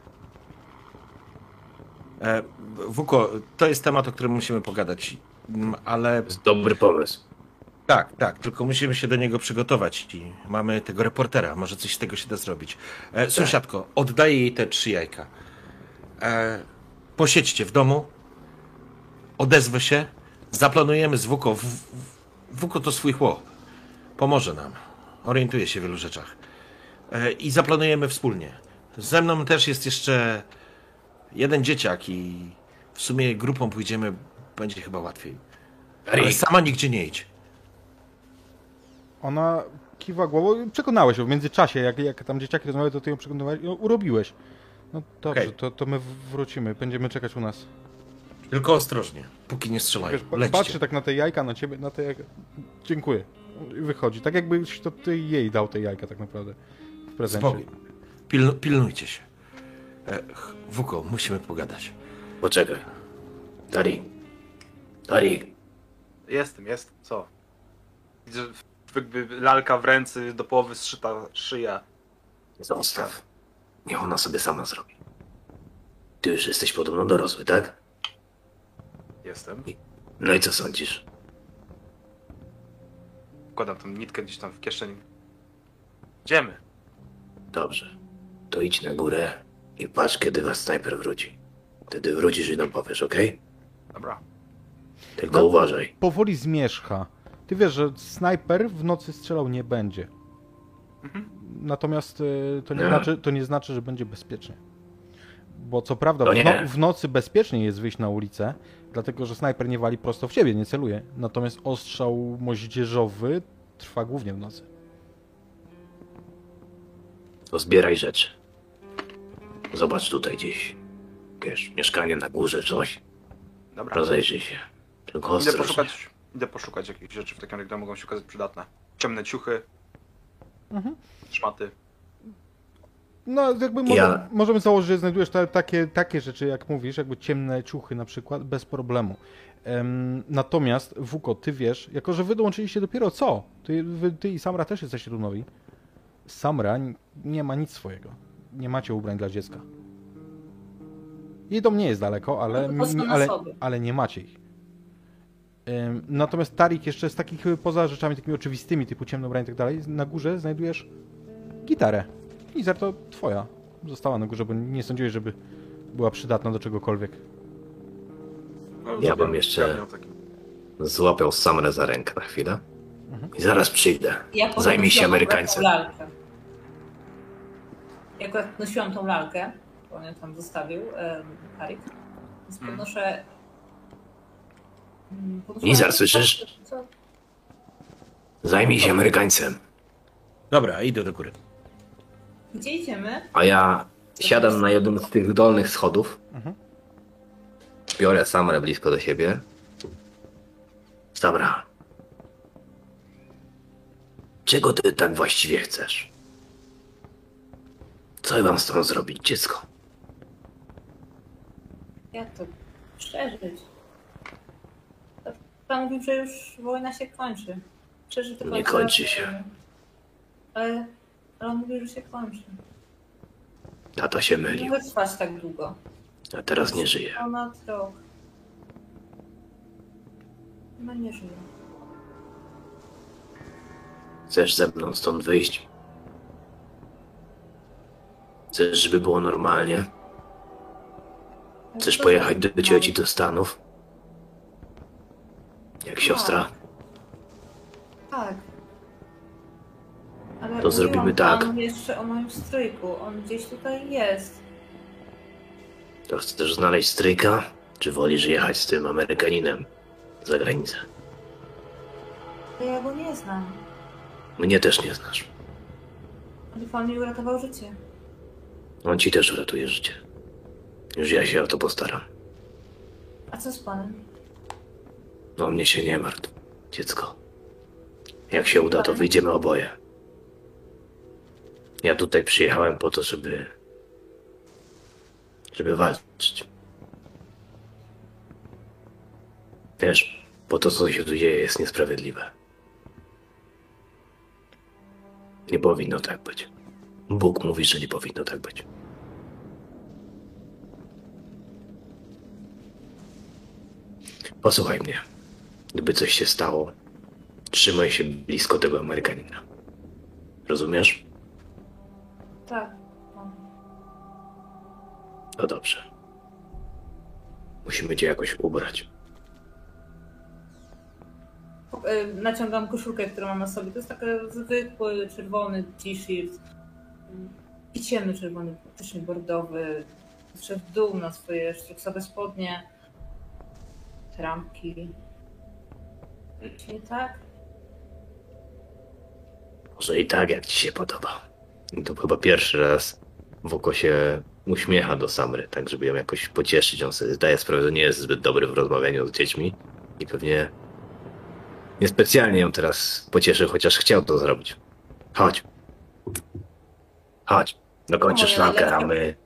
E, Wuko, to jest temat, o którym musimy pogadać, Mm, ale To jest dobry pomysł. tak, tak, tylko musimy się do niego przygotować i mamy tego reportera, może coś z tego się da zrobić. E, sąsiadko, oddaję jej te trzy jajka. E, posiedźcie w domu, odezwę się, zaplanujemy z Wuko. W, w, Wuko to swój chłop, pomoże nam, orientuje się w wielu rzeczach. E, I zaplanujemy wspólnie. Ze mną też jest jeszcze jeden dzieciak i w sumie grupą pójdziemy, będzie chyba łatwiej. Ale sama nigdzie nie idź. Ona kiwa głową, przekonałeś ją w międzyczasie, jak, jak tam dzieciaki rozmawiały, to ty ją przekonywałeś, ją urobiłeś. No dobrze, Okej. to, to my wrócimy, będziemy czekać u nas. Tylko ostrożnie, póki nie strzelają. Wiesz, pa- Lećcie. patrzy tak na te jajka, na ciebie, na te jajka. Dziękuję. I wychodzi. Tak jakbyś to ty jej dał te jajka tak naprawdę w prezencie. Spokój. Pilnu, pilnujcie się. E, ch- Wuko, musimy pogadać. Poczekaj. Tarik. Tarik. Jestem, jestem, co? Widzę, że jakby lalka w ręce, do połowy zszyta szyja. Zostaw. Niech ona sobie sama zrobi. Ty już jesteś podobno dorosły, tak? Jestem. No i co sądzisz? Wkładam tą nitkę gdzieś tam w kieszeni. Idziemy. Dobrze. To idź na górę i patrz, kiedy was snajper wróci. Wtedy wrócisz i nam powiesz, okej? Dobra. Tylko No. uważaj. Powoli zmierzcha. Ty wiesz, że snajper w nocy strzelał nie będzie. Mhm. Natomiast y, to nie, Nie. Znaczy, to nie znaczy, że będzie bezpiecznie. Bo co prawda To w, nie. no, w nocy bezpiecznie jest wyjść na ulicę, dlatego że snajper nie wali prosto w ciebie, nie celuje. Natomiast ostrzał moździerzowy trwa głównie w nocy. To zbieraj rzeczy. Zobacz tutaj gdzieś. Wiesz, mieszkanie na górze, coś. Dobra. Rozejrzyj się. Tylko Idę ostrożnie. poszukać, idę poszukać jakichś rzeczy w takim razie, które mogą się okazać przydatne. Ciemne ciuchy, Mhm. szmaty. No, jakby może, Ja- możemy założyć, że znajdujesz te, takie, takie rzeczy, jak mówisz, jakby ciemne ciuchy na przykład, bez problemu. Em, natomiast, Wuko, ty wiesz, jako że wy dołączyliście dopiero co? Ty, wy, ty i Samra też jesteście tu nowi. Samra n- nie ma nic swojego. Nie macie ubrań dla dziecka. Jej dom nie jest daleko, ale, No to są na ale, sobie. ale nie macie ich. Em, Natomiast Tarik jeszcze z takich y, poza rzeczami takimi oczywistymi, typu ciemne ubranie i tak dalej, na górze znajdujesz gitarę. Gitar to twoja. Została na górze, bo nie sądziłeś, żeby była przydatna do czegokolwiek. No, Ja bym zgarniał- jeszcze- zgarniał taki. Złapiał Samrę za rękę na chwilę. Mhm. I zaraz przyjdę. Ja potem Zajmij się nosiłam Amerykańcem. tą lalkę. Jak akurat nosiłam tą lalkę, bo on ją tam zostawił, um, Tarik, więc Mm. podnoszę... mm, podnoszę Nizar, lalkę. słyszysz? Co? Zajmij się Amerykańcem. Dobra, idę do góry. Gdzie idziemy? A ja siadam na jednym z tych dolnych schodów. Mhm. Biorę Samrę blisko do siebie. Samra. Czego ty tak właściwie chcesz? Co ja mam z tą zrobić, dziecko? Jak to przeżyć? Pan mówił, że już wojna się kończy. Przeżyć do Nie końca. kończy się. Ale, ale on mówił, że się kończy. Tato się Nie mylił, może trwać tak długo. a teraz nie żyje. Ponad rok. No nie żyje. Chcesz ze mną stąd wyjść? Chcesz, żeby było normalnie? Chcesz pojechać do cioci do Stanów? Jak siostra? Tak. Ale To zrobimy mówiłam tak. panu jeszcze o moim strójku. On gdzieś tutaj jest. To chcesz znaleźć stryjka? Czy wolisz jechać z tym Amerykaninem za granicę? Ale ja go nie znam. Mnie też nie znasz. Ale pan mi uratował życie. On ci też uratuje życie. Już ja się o to postaram. A co z panem? O mnie się nie martw, dziecko. Jak się uda, to wyjdziemy oboje. Ja tutaj przyjechałem po to, żeby... żeby walczyć. Wiesz, bo to, co się tu dzieje, jest niesprawiedliwe. Nie powinno tak być. Bóg mówi, że nie powinno tak być. Posłuchaj mnie. Gdyby coś się stało, trzymaj się blisko tego Amerykanina. Rozumiesz? Tak. Pan. No dobrze. Musimy cię jakoś ubrać. E, Naciągam koszulkę, którą mam na sobie. To jest taki zwykły, czerwony t-shirt. I ciemny czerwony, praktycznie bordowy. Zszedł w dół na swoje sztruksowe spodnie. Trampki. Czyli tak? Może i tak, jak ci się podoba. I to chyba pierwszy raz Woko się uśmiecha do Samry, tak żeby ją jakoś pocieszyć. On sobie zdaje sprawę, że nie jest zbyt dobry w rozmawianiu z dziećmi i pewnie niespecjalnie ją teraz pocieszy, chociaż chciał to zrobić. Chodź. Chodź. Dokończysz Moje szlankę, a najlepsze- my...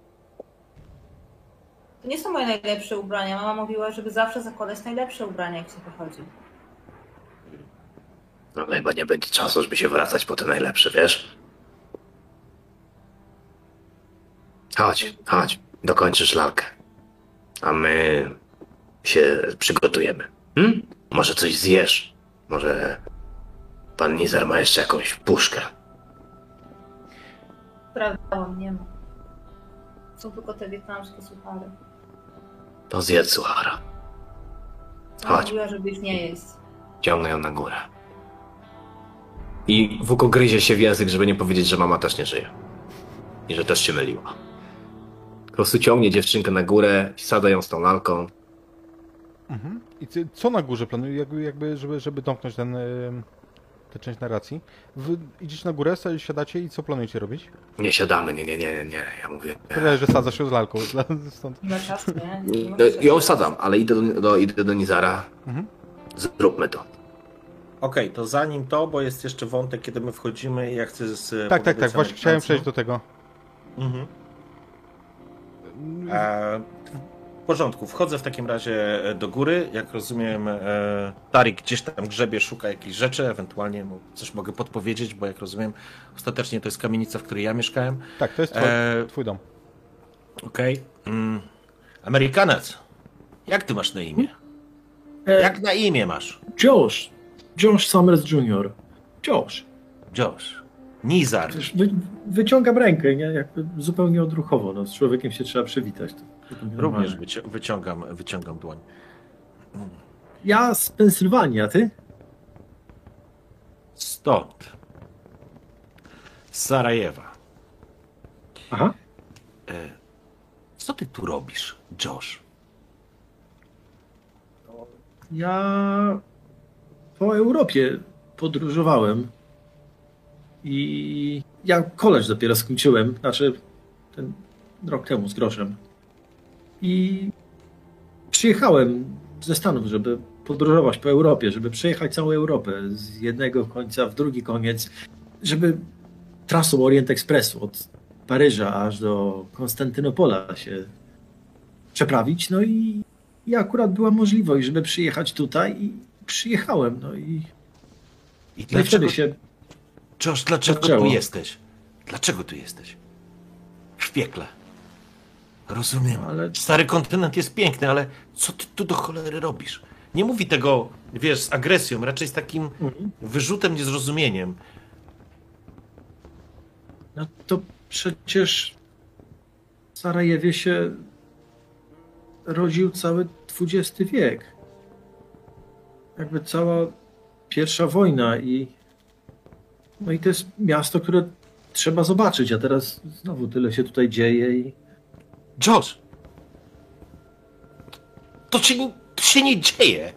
To nie są moje najlepsze ubrania. Mama mówiła, żeby zawsze zakładać najlepsze ubrania, jak się wychodzi. No chyba nie będzie czasu, żeby się wracać po te najlepsze, wiesz? Chodź, chodź. Dokończysz lalkę. A my się przygotujemy. Hm? Może coś zjesz. Może pan Nizar ma jeszcze jakąś puszkę. Sprawdzałam, nie ma. Są tylko te wietnamskie suchary. To zjedz suchara. Mama Chodź. mówiła, żeby ich nie jeść. Ciągnę ją na górę. I Wuko gryzie się w język, żeby nie powiedzieć, że mama też nie żyje. I że też się myliła. Po prostu ciągnie dziewczynkę na górę, sada ją z tą lalką. Mhm. I ty, co na górze planuje, jakby, jakby żeby, żeby domknąć ten, y, tę część narracji? Wy idziecie na górę, sobie siadacie i co planujecie robić? Nie siadamy, nie, nie, nie, nie, ja mówię. Tyle, że sadzasz się z lalką. Stąd. Nie ma czasu, nie? nie ma No, czasu. ją sadzam, ale idę do, do, idę do Nizara. Mhm. Zróbmy to. Okej, to zanim to, bo jest jeszcze wątek, kiedy my wchodzimy i ja chcę z... Tak, tak, tak, pogadać właśnie z chciałem Amerykańcem. przejść do tego. Mhm. E, w porządku, wchodzę w takim razie do góry. Jak rozumiem, e, Tarik gdzieś tam grzebie, szuka jakichś rzeczy, ewentualnie mu coś mogę podpowiedzieć, bo jak rozumiem, ostatecznie to jest kamienica, w której ja mieszkałem. Tak, to jest twój, E, twój dom. Okej. Mm. Amerykanec, jak ty masz na imię? E, Jak na imię masz? Josh. Josh Summers junior Josh. Josh. Nizar. Wiesz, Wy, wyciągam rękę, nie? Jakby zupełnie odruchowo. No, z człowiekiem się trzeba przywitać. To, to normalne. Również wyci wyciągam, wyciągam dłoń. Ja z Pensylwanii, a ty? Stąd. Z Sarajewa. Aha. E, co ty tu robisz, Josh? Ja po Europie podróżowałem i ja college dopiero skończyłem, znaczy ten rok temu z groszem. I przyjechałem ze Stanów, żeby podróżować po Europie, żeby przejechać całą Europę z jednego końca w drugi koniec, żeby trasą Orient Expressu od Paryża aż do Konstantynopola się przeprawić. No i i akurat była możliwość, żeby przyjechać tutaj i przyjechałem, no i, I no i dlaczego, wtedy się... Josh, dlaczego zaczęło. tu jesteś? Dlaczego tu jesteś? W piekle. Rozumiem. Ale- Stary kontynent jest piękny, ale co ty tu do cholery robisz? nie mówi tego, wiesz, z agresją, raczej z takim Mhm. wyrzutem, niezrozumieniem. No to przecież w Sarajewie się rodził cały dwudziesty wiek. Jakby cała pierwsza wojna i no i to jest miasto, które trzeba zobaczyć, a teraz znowu tyle się tutaj dzieje i Josh! To się, nie- to się nie dzieje.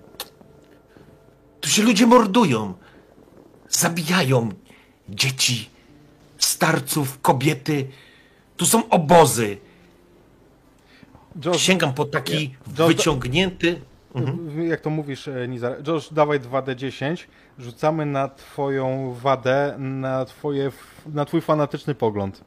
Tu się ludzie mordują. Zabijają dzieci, starców, kobiety. Tu są obozy. Josh, Sięgam po taki Josh, wyciągnięty... Mhm. jak to mówisz, e, Nizar? Josh, dawaj dwa D dziesięć. Rzucamy na twoją wadę, na, twoje, na twój fanatyczny pogląd.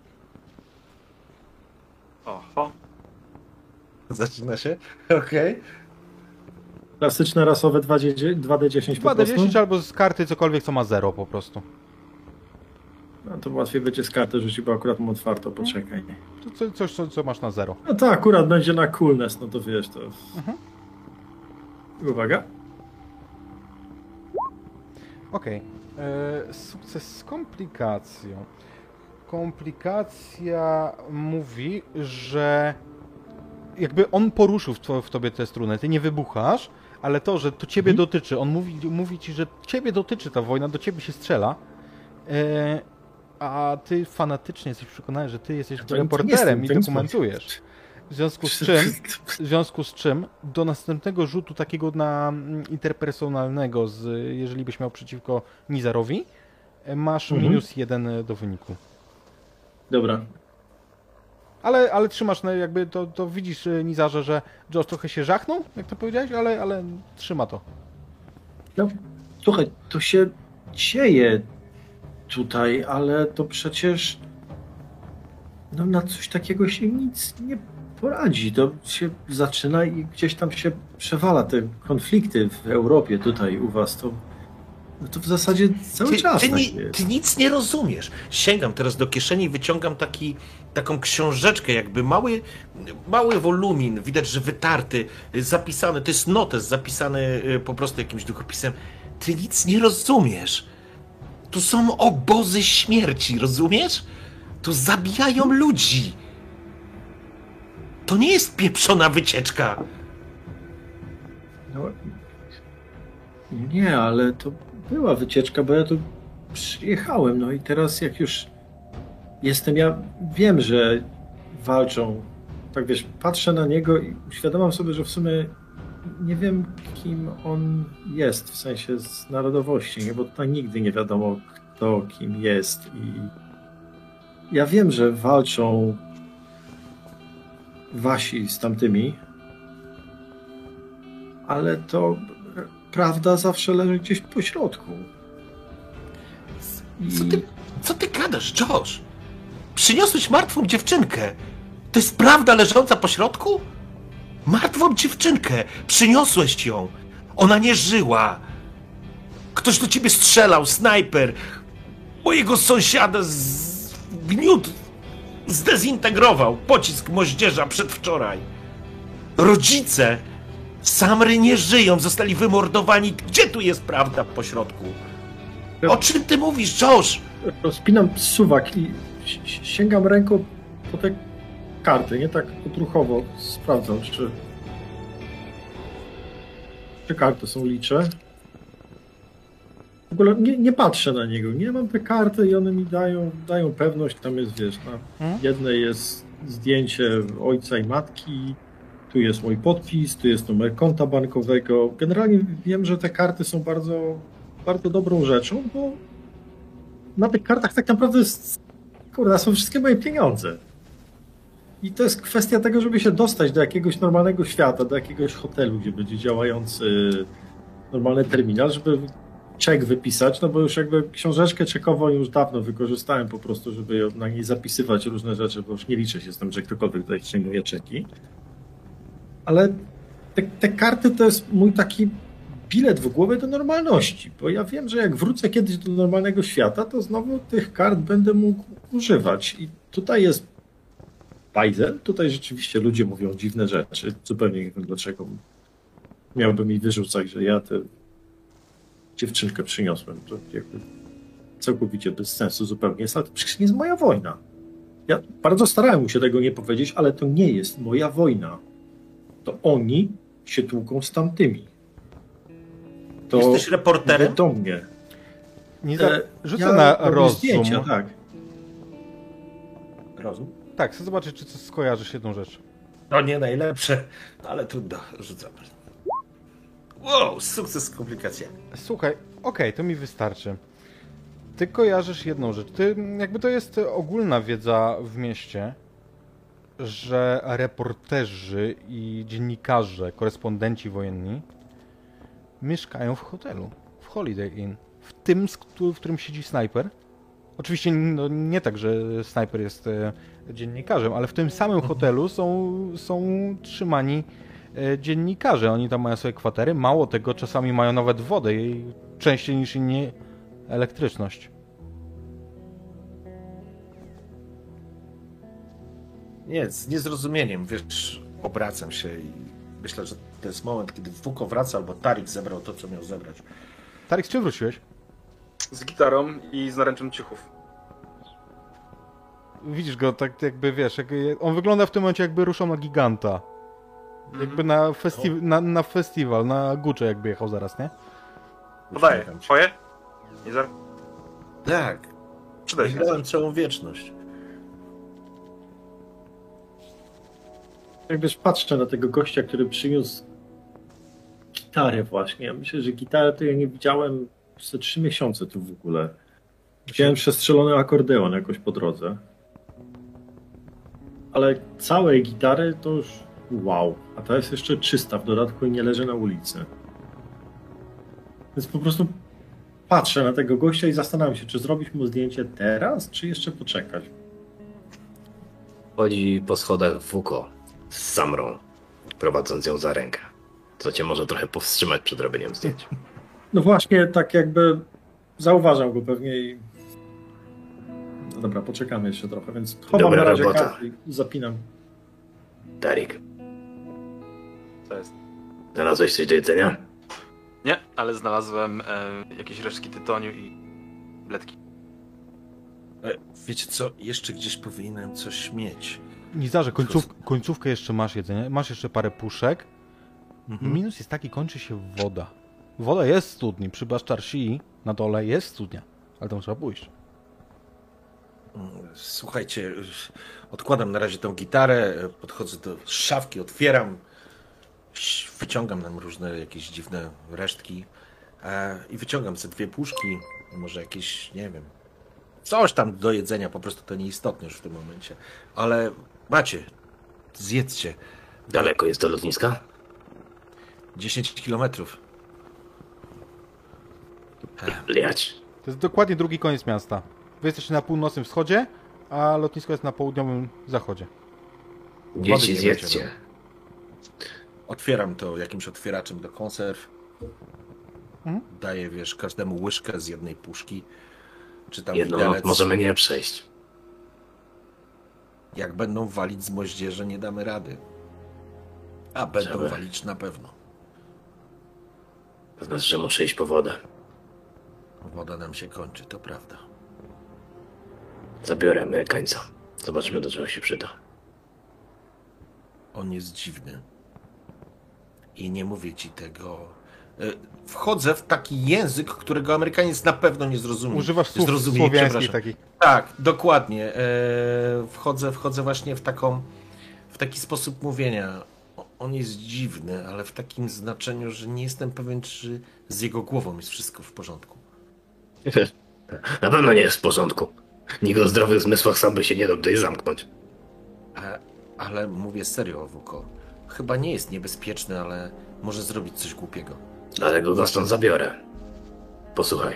Oho. Zaczyna się? Okej. klasyczne rasowe dwa D dziesięć po dwa D prostu. dziesięć albo z karty cokolwiek, co ma zero po prostu. No to łatwiej będzie z karty rzucić, bo akurat mam otwarto, poczekaj. To co, coś, co, co masz na zero. No to akurat będzie na coolness, no to wiesz, to... Mhm. Uwaga. Okej. E, Sukces z komplikacją. Komplikacja mówi, że jakby on poruszył w, to, w tobie tę strunę. Ty nie wybuchasz, ale to, że to ciebie Mhm. dotyczy, on mówi, mówi ci, że ciebie dotyczy ta wojna, do ciebie się strzela. E, a ty fanatycznie jesteś przekonany, że ty jesteś to nie reporterem jestem, i to nie dokumentujesz. W związku z czym, w związku z czym do następnego rzutu takiego na mm, interpersonalnego, z, jeżeli byś miał przeciwko Nizarowi, e, masz Mhm. minus jeden do wyniku. Dobra. Ale, ale trzymasz, no, jakby to, to widzisz, e, Nizarze, że Josh trochę się żachnął, jak to powiedziałeś, ale, ale trzyma to. No, słuchaj, to się dzieje tutaj, ale to przecież no na coś takiego się nic nie poradzi. To się zaczyna i gdzieś tam się przewala te konflikty w Europie tutaj u was. To, no to w zasadzie cały Ty, czas ty, tak nie, jest. ty nic nie rozumiesz. Sięgam teraz do kieszeni i wyciągam taki, taką książeczkę, jakby mały, mały wolumin, widać, że wytarty, zapisany, to jest notes zapisany y, po prostu jakimś długopisem. Ty nic nie rozumiesz. Tu są obozy śmierci, rozumiesz? Tu zabijają ludzi. To nie jest pieprzona wycieczka. No, nie, ale to była wycieczka, bo ja tu przyjechałem, no i teraz jak już jestem, ja wiem, że walczą, tak wiesz, patrzę na niego i uświadamiam sobie, że w sumie nie wiem, kim on jest, w sensie z narodowości, nie? Bo tutaj nigdy nie wiadomo, kto kim jest i ja wiem, że walczą wasi z tamtymi, ale to prawda zawsze leży gdzieś po środku. I... Co ty, co ty gadasz, Josh? Przyniosłeś martwą dziewczynkę. To jest prawda leżąca po środku? Martwą dziewczynkę. Przyniosłeś ją. Ona nie żyła. Ktoś do ciebie strzelał, snajper. Mojego sąsiada z... gniótł. Zdezintegrował. Pocisk moździerza przedwczoraj. Rodzice Samry nie żyją. Zostali wymordowani. Gdzie tu jest prawda po środku? O czym ty mówisz, Josh? Rozpinam suwak i si- sięgam ręką po te karty, nie tak odruchowo sprawdzam, czy te karty są licze. W ogóle nie, nie patrzę na niego, nie mam te karty i one mi dają, dają pewność, tam jest, wiesz, na Hmm? jednej jest zdjęcie ojca i matki, tu jest mój podpis, tu jest numer konta bankowego. Generalnie wiem, że te karty są bardzo, bardzo dobrą rzeczą, bo na tych kartach tak naprawdę jest, kurde, są wszystkie moje pieniądze. I to jest kwestia tego, żeby się dostać do jakiegoś normalnego świata, do jakiegoś hotelu, gdzie będzie działający normalny terminal, żeby czek wypisać, no bo już jakby książeczkę czekową już dawno wykorzystałem po prostu, żeby na niej zapisywać różne rzeczy, bo już nie liczę się z tym, że ktokolwiek tutaj przyjmuje czeki. Ale te, te karty to jest mój taki bilet w głowie do normalności, bo ja wiem, że jak wrócę kiedyś do normalnego świata, to znowu tych kart będę mógł używać. I tutaj jest bajzel, tutaj rzeczywiście ludzie mówią dziwne rzeczy, zupełnie nie wiem dlaczego. miałby mi wyrzucać, że ja tę dziewczynkę przyniosłem. To jakby całkowicie bez sensu zupełnie jest, ale to przecież nie jest moja wojna. Ja bardzo starałem mu się tego nie powiedzieć, ale to nie jest moja wojna. To oni się tłuką z tamtymi. To Jesteś reporterem? mówię do mnie. Nie za... E, Rzucę ja na robię rozum. zdjęcia, tak. Rozum? Tak, chcę zobaczyć, czy coś skojarzysz jedną rzecz. To nie najlepsze, ale trudno, rzucamy. Wow, sukces, komplikacja. Słuchaj, okej, to mi wystarczy. Ty kojarzysz jedną rzecz. Ty, jakby to jest ogólna wiedza w mieście, że reporterzy i dziennikarze, korespondenci wojenni mieszkają w hotelu, w Holiday Inn. W tym, w którym siedzi snajper. Oczywiście no, nie tak, że snajper jest e, dziennikarzem, ale w tym samym hotelu są, są trzymani e, dziennikarze. Oni tam mają swoje kwatery. Mało tego, czasami mają nawet wodę i częściej niż inni elektryczność. Nie, z niezrozumieniem, wiesz, obracam się i myślę, że to jest moment, kiedy Wuko wraca, albo Tarik zebrał to, co miał zebrać. Tarik, z czym wróciłeś? Z gitarą i z naręczem ciuchów. Widzisz go tak jakby, wiesz, jak, on wygląda w tym momencie jakby ruszał na giganta. Jakby na, festi- na, na festiwal, na Gucci jakby jechał zaraz, nie? Podaję. Uśmiecham się. Twoje? Nie za... Tak, Przyda się. grałem całą wieczność. Jak wiesz, patrzę na tego gościa, który przyniósł gitarę właśnie. Ja myślę, że gitarę to ja nie widziałem przez te trzy miesiące tu w ogóle. Widziałem przestrzelony akordeon jakoś po drodze. Ale całej gitary to już wow. A ta jest jeszcze czysta w dodatku i nie leży na ulicy. Więc po prostu patrzę na tego gościa i zastanawiam się, czy zrobić mu zdjęcie teraz, czy jeszcze poczekać. Chodzi po schodach Wuko z Samrą, prowadząc ją za rękę. Co cię może trochę powstrzymać przed robieniem zdjęć. No właśnie, tak jakby zauważam go pewnie i... No dobra, poczekamy jeszcze trochę, więc chowam Dobra na razie robota. kartę i zapinam. Tarik, Co jest? znalazłeś coś do jedzenia? Nie, ale znalazłem e, jakieś resztki tytoniu i bledki. E, Wiecie co, jeszcze gdzieś powinienem coś mieć. Nizarze, końców, końcówkę jeszcze masz jedzenie, masz jeszcze parę puszek. Mhm. Minus jest taki, kończy się woda. Woda jest w studni, przy Baszczarsi na dole jest studnia, ale tam trzeba pójść. Słuchajcie, odkładam na razie tą gitarę, podchodzę do szafki, otwieram, wyciągam nam różne jakieś dziwne resztki e, i wyciągam ze dwie puszki, może jakieś, nie wiem, coś tam do jedzenia, po prostu to nieistotne już w tym momencie. Ale macie, zjedzcie. Daleko jest do lotniska? dziesięć kilometrów. Bliać. To jest dokładnie drugi koniec miasta. Wy jesteście na północnym wschodzie, a lotnisko jest na południowym zachodzie. Dzieci nie zjedzcie. będzie, Otwieram to jakimś otwieraczem do konserw. Mhm. Daję, wiesz, każdemu łyżkę z jednej puszki. Czy tam Jedną widelec. możemy nie przejść. Jak będą walić z moździerza, nie damy rady. A będą Trzeba. walić na pewno. To znaczy, że muszę iść po wodę. Woda nam się kończy, to prawda. Zabiorę Amerykańca. Zobaczymy, do czego się przyda. On jest dziwny. I nie mówię ci tego. E, Wchodzę w taki język, którego Amerykaniec na pewno nie zrozumie. Używasz słów Zrozumie, słowiańskich przepraszam. takich. Tak, dokładnie. E, Wchodzę, wchodzę właśnie w taką, w taki sposób mówienia. O- On jest dziwny, ale w takim znaczeniu, że nie jestem pewien, czy z jego głową jest wszystko w porządku. Na pewno nie jest w porządku. Nikt o zdrowych zmysłach sam by się nie dał tutaj zamknąć. E, Ale mówię serio, Wuko. Chyba nie jest niebezpieczny, ale może zrobić coś głupiego. Dlatego go stąd zabiorę. Posłuchaj.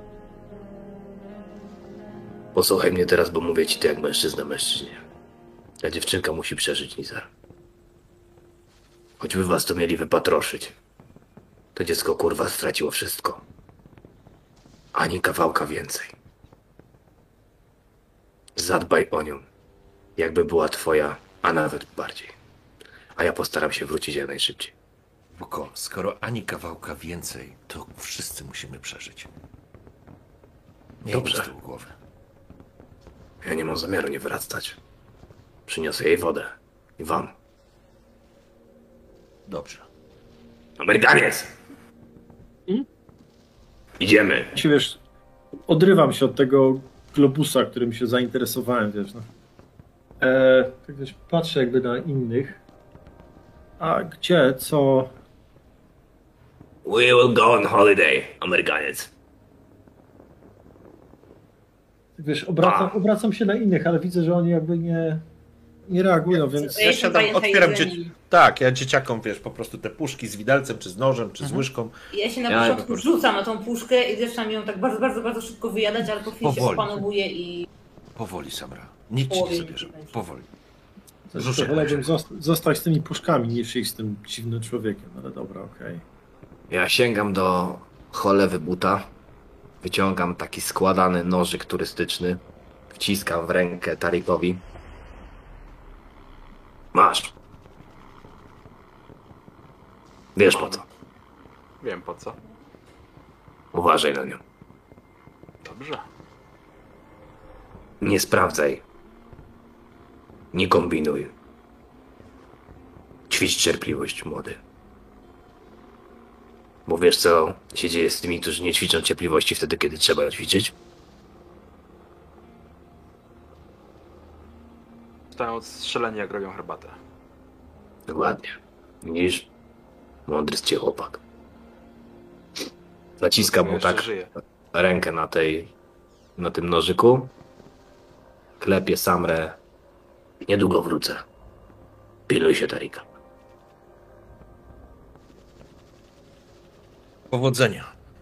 Posłuchaj mnie teraz, bo mówię ci to jak mężczyzna mężczyźnie. Ta dziewczynka musi przeżyć, Nizar. Choćby was to mieli wypatroszyć. To dziecko kurwa straciło wszystko. Ani kawałka więcej. Zadbaj o nią. Jakby była twoja, a nawet bardziej. A ja postaram się wrócić jak najszybciej. Oko, skoro ani kawałka więcej, to wszyscy musimy przeżyć. Nie Dobrze. z tyłu głowy. Ja nie mam zamiaru nie wracać. Przyniosę jej wodę. I wam. Dobrze. Amerykaniec! Hmm? Idziemy. Się, wiesz, odrywam się od tego globusa, którym się zainteresowałem, wiesz, no. E, tak wiesz, patrzę jakby na innych. A gdzie, co? We will go on holiday, Amerykaniec. Tak wiesz, obracam, A. obracam się na innych, ale widzę, że oni jakby nie, nie reagują, więc... Ja jestem zajęta otwieram jedzeniem. dzieci. Tak, ja dzieciakom, wiesz, po prostu te puszki z widelcem, czy z nożem, czy z łyżką. Ja się na Ja początku po prostu- rzucam na tą puszkę i zaczynam ją tak bardzo, bardzo, bardzo szybko wyjadać, ale po chwili się Powoli. opanowuję i Powoli, Samra. Nic ci Połowie nie nie zabierze. będzie. Powoli. Też Rzucę wolałbym ręczą. zosta- zostać z tymi puszkami, niż iść z tym dziwnym człowiekiem, ale dobra, okej. Ja sięgam do cholewy buta. Wyciągam taki składany nożyk turystyczny. Wciskam w rękę Tarikowi. Masz. Wiesz po co. Wiem po co. Uważaj na nią. Dobrze. Nie sprawdzaj. Nie kombinuj. Ćwicz cierpliwość, młody. Bo wiesz co się dzieje z tymi, którzy nie ćwiczą cierpliwości wtedy, kiedy trzeba ją ćwiczyć? Zostają odstrzeleni, jak robią herbatę. Dokładnie. Widzisz? Mądry z ciebie chłopak. Zaciskam mu Jeszcze tak żyje. rękę na tej, na tym nożyku. Klepię Samrę. Niedługo wrócę. Pilnuj się, Tarika. Powodzenia.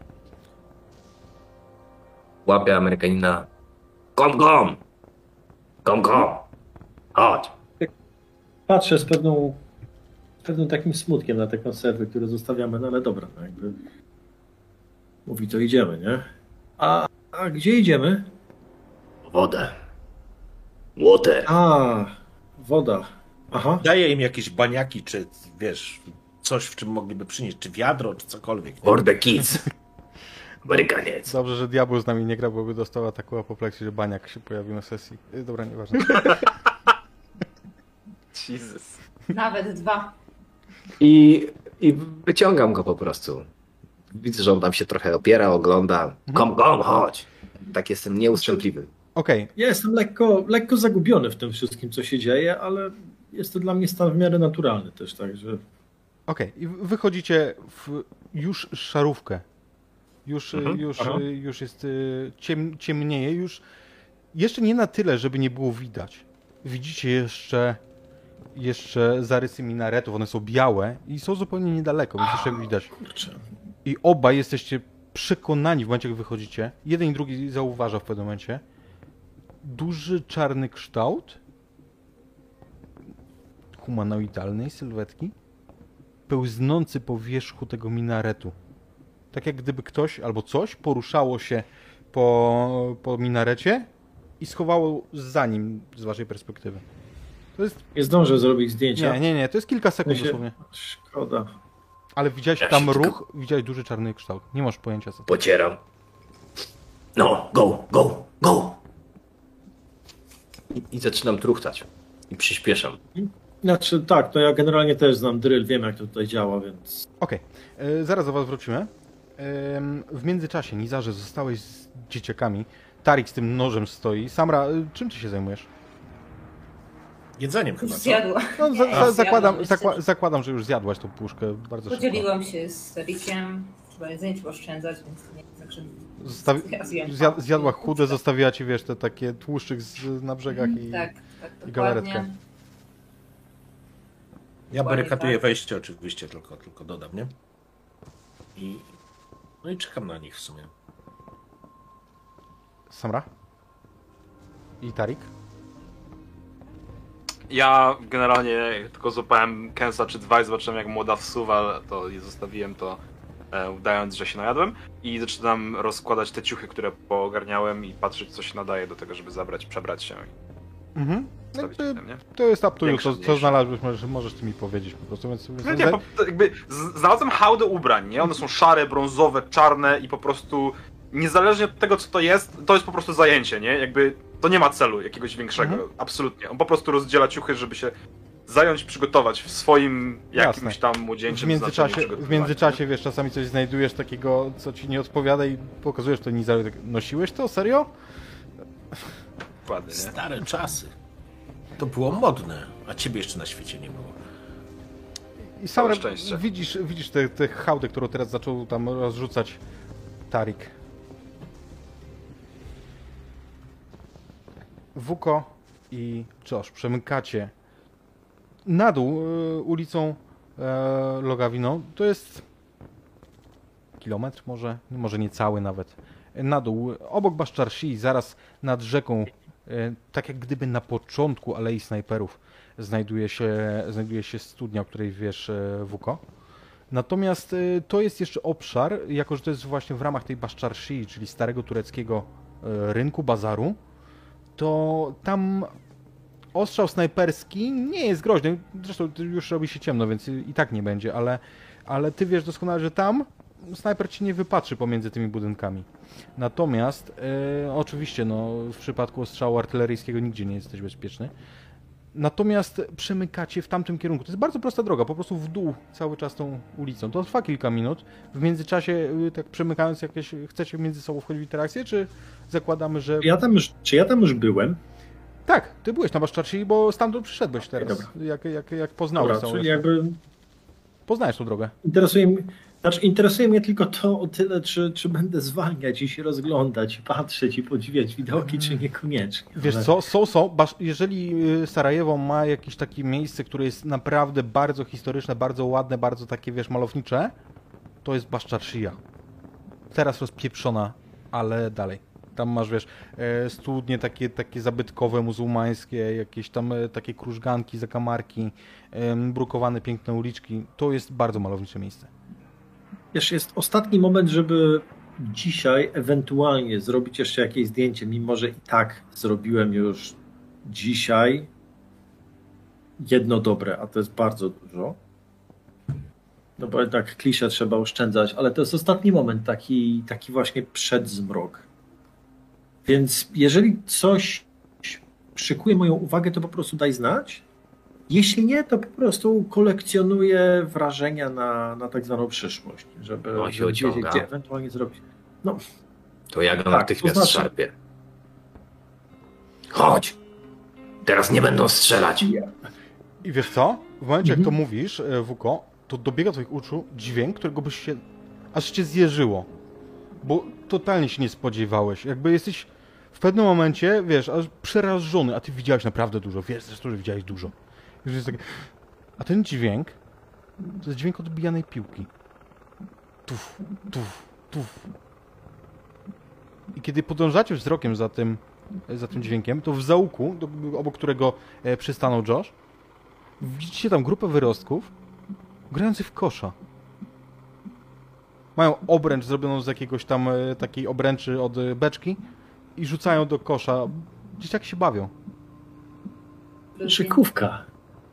Łapię Amerykanina. Kom, kom! Kom, kom! Chodź! Patrzę z pewną, z pewnym takim smutkiem na te konserwy, które zostawiamy, no ale dobra, no jakby mówi, to idziemy, nie? A, a gdzie idziemy? Wodę. Water. A, woda. Aha. Daję im jakieś baniaki, czy wiesz, coś, w czym mogliby przynieść, czy wiadro, czy cokolwiek. For the kids. Amerykaniec. Dobrze, że diabeł z nami nie gra, bo by dostała taką apopleksję, że baniak się pojawił na sesji. Y, Dobra, nieważne. Jesus. nawet dwa. I, I wyciągam go po prostu. Widzę, że on tam się trochę opiera, ogląda. Kom, kom, chodź. Tak jestem nieustępliwy. Okej, Ja jestem lekko, lekko zagubiony w tym wszystkim, co się dzieje, ale jest to dla mnie stan w miarę naturalny też, także... okej. I wychodzicie w już szarówkę. Już, Mhm, już, aha. już jest y, ciem, ciemnieje, już jeszcze nie na tyle, żeby nie było widać. Widzicie jeszcze, jeszcze zarysy minaretów, one są białe i są zupełnie niedaleko, więc jeszcze widać. Kurczę. I obaj jesteście przekonani w momencie, jak wychodzicie, jeden i drugi zauważa w pewnym momencie, duży czarny kształt humanoidalnej sylwetki, pełznący po wierzchu tego minaretu. Tak jak gdyby ktoś albo coś poruszało się po, po minarecie i schowało za nim z waszej perspektywy. To jest... Nie zdążę zrobić zdjęcia. Nie, nie, nie, to jest kilka sekund Ja się- dosłownie. Szkoda. Ale widziałeś Ja tam się ruch, tylko- widziałeś duży czarny kształt. Nie masz pojęcia co to. Pocieram. No, go, go, go. I, i zaczynam truchtać. I przyspieszam. Znaczy tak, to ja generalnie też znam drill, wiem jak to tutaj działa, więc... Okej, e, zaraz do was wrócimy. Em, w międzyczasie, Nizarze, zostałeś z dzieciakami. Tarik z tym nożem stoi. Samra, e, czym ty się zajmujesz? Jedzeniem Już chyba, co? zjadła. No, za, Ja za, już zakładam, zjadłam, zakła, myślę. zakładam, że już zjadłaś tą puszkę bardzo szybko. Podzieliłam się z Rikiem. Trzeba jedzenie trzeba oszczędzać, więc nie także Zostawi... ja zjem. Zja- zjadła chude, zostawiła ci, wiesz, te takie tłuszczyk z, na brzegach i... Tak, tak, i dokładnie. galaretkę. Ja Dokładnie barykaduję tak. wejście oczywiście, tylko, tylko dodam, nie? I, no i czekam na nich w sumie. Samra? I Tarik? Ja generalnie tylko złapałem kęsa czy dwa i zobaczyłem jak młoda wsuwa, to je zostawiłem to e, udając, że się najadłem i zaczynam rozkładać te ciuchy, które poogarniałem i patrzeć co się nadaje do tego, żeby zabrać, przebrać się. Mhm. Stawić Jakby tam, nie? to jest up to you, Większe, co, co mniejsze. znalazłeś, możesz, możesz ty mi powiedzieć po prostu. Więc, No nie, po, to jakby z- znalazłem hałdę ubrań, nie? One są szare, brązowe, czarne i po prostu niezależnie od tego, co to jest, to jest po prostu zajęcie, nie? Jakby to nie ma celu jakiegoś większego, Mhm. absolutnie. On po prostu rozdziela ciuchy, żeby się zająć, przygotować w swoim jakimś Jasne. tam w młodzieńczym międzyczasie, znaczeniu w przygotowania, międzyczasie, wiesz, czasami coś znajdujesz takiego, co ci nie odpowiada i pokazujesz to Nizarowi, tak, nosiłeś to? Serio? nie? Dokładnie, nie? Stare czasy. To było modne, a ciebie jeszcze na świecie nie było. I sam Całe szczęście. widzisz, widzisz tę te, te hałdę, którą teraz zaczął tam rozrzucać Tarik. Wuko i Josh przemykacie na dół e, ulicą e, Logawiną. To jest kilometr może, może nie cały nawet. Na dół, obok Baszczarsi, zaraz nad rzeką, e, tak jak gdyby na początku Alei Snajperów znajduje się, znajduje się studnia, o której wiesz, e, Wuko. Natomiast e, to jest jeszcze obszar, jako że to jest właśnie w ramach tej Baszczarsi, czyli starego tureckiego e, rynku, bazaru, to tam ostrzał snajperski nie jest groźny. Zresztą już robi się ciemno, więc i tak nie będzie, ale, ale ty wiesz doskonale, że tam snajper ci nie wypatrzy pomiędzy tymi budynkami. Natomiast e, oczywiście no, w przypadku ostrzału artyleryjskiego nigdzie nie jesteś bezpieczny. Natomiast przemykacie w tamtym kierunku. To jest bardzo prosta droga, po prostu w dół cały czas tą ulicą. To trwa kilka minut. W międzyczasie, y, tak przemykając jakieś, chcecie między sobą wchodzić w interakcję, czy zakładamy, że... Ja tam już, czy ja tam już byłem? Tak, ty byłeś na Baszczarsi, bo stamtąd przyszedłeś teraz. Dobra. Jak, jak, jak poznałeś Dobra, całą czyli resztę. jakby Poznajesz tą drogę. interesuje mnie, znaczy interesuje mnie tylko to o tyle, czy, czy będę zwalniać i się rozglądać, i patrzeć i podziwiać widoki, czy niekoniecznie. Wiesz Ale- co, są, są. Basz, jeżeli y, Sarajewo ma jakieś takie miejsce, które jest naprawdę bardzo historyczne, bardzo ładne, bardzo takie, wiesz, malownicze, to jest Baszczarszija. Teraz rozpieprzona, ale dalej. Tam masz, wiesz, e, studnie takie, takie zabytkowe, muzułmańskie, jakieś tam e, takie krużganki, zakamarki, e, brukowane piękne uliczki. To jest bardzo malownicze miejsce. Wiesz, jest ostatni moment, żeby dzisiaj ewentualnie zrobić jeszcze jakieś zdjęcie, mimo że i tak zrobiłem już dzisiaj jedno dobre, a to jest bardzo dużo. No bo jednak klisze trzeba oszczędzać, ale to jest ostatni moment, taki, taki właśnie przedzmrok. Więc jeżeli coś przykuje moją uwagę, to po prostu daj znać. Jeśli nie, to po prostu kolekcjonuję wrażenia na, na tak zwaną przyszłość, żeby, No, się żeby wiedzieć, ociąga. gdzie ewentualnie zrobić. No, To ja go Tak, natychmiast to znaczy- szarpię. Chodź! Teraz nie będą strzelać. I wiesz co? W momencie, jak to Mhm. mówisz, e, Wuko, to dobiega do twoich uszu dźwięk, którego byś się... aż cię zjeżyło. Bo totalnie się nie spodziewałeś. Jakby jesteś w pewnym momencie, wiesz, aż przerażony, a ty widziałeś naprawdę dużo. Wiesz zresztą, że widziałeś dużo. Już jest tak... A ten dźwięk to jest dźwięk odbijanej piłki. Tuf, tuf, tuf. I kiedy podążacie wzrokiem za tym, za tym dźwiękiem, to w zaułku, do, obok którego e, przystanął Josh, widzicie tam grupę wyrostków grających w kosza. Mają obręcz zrobioną z jakiegoś tam e, takiej obręczy od e, beczki i rzucają do kosza. Dzieciaki się bawią. szykówka.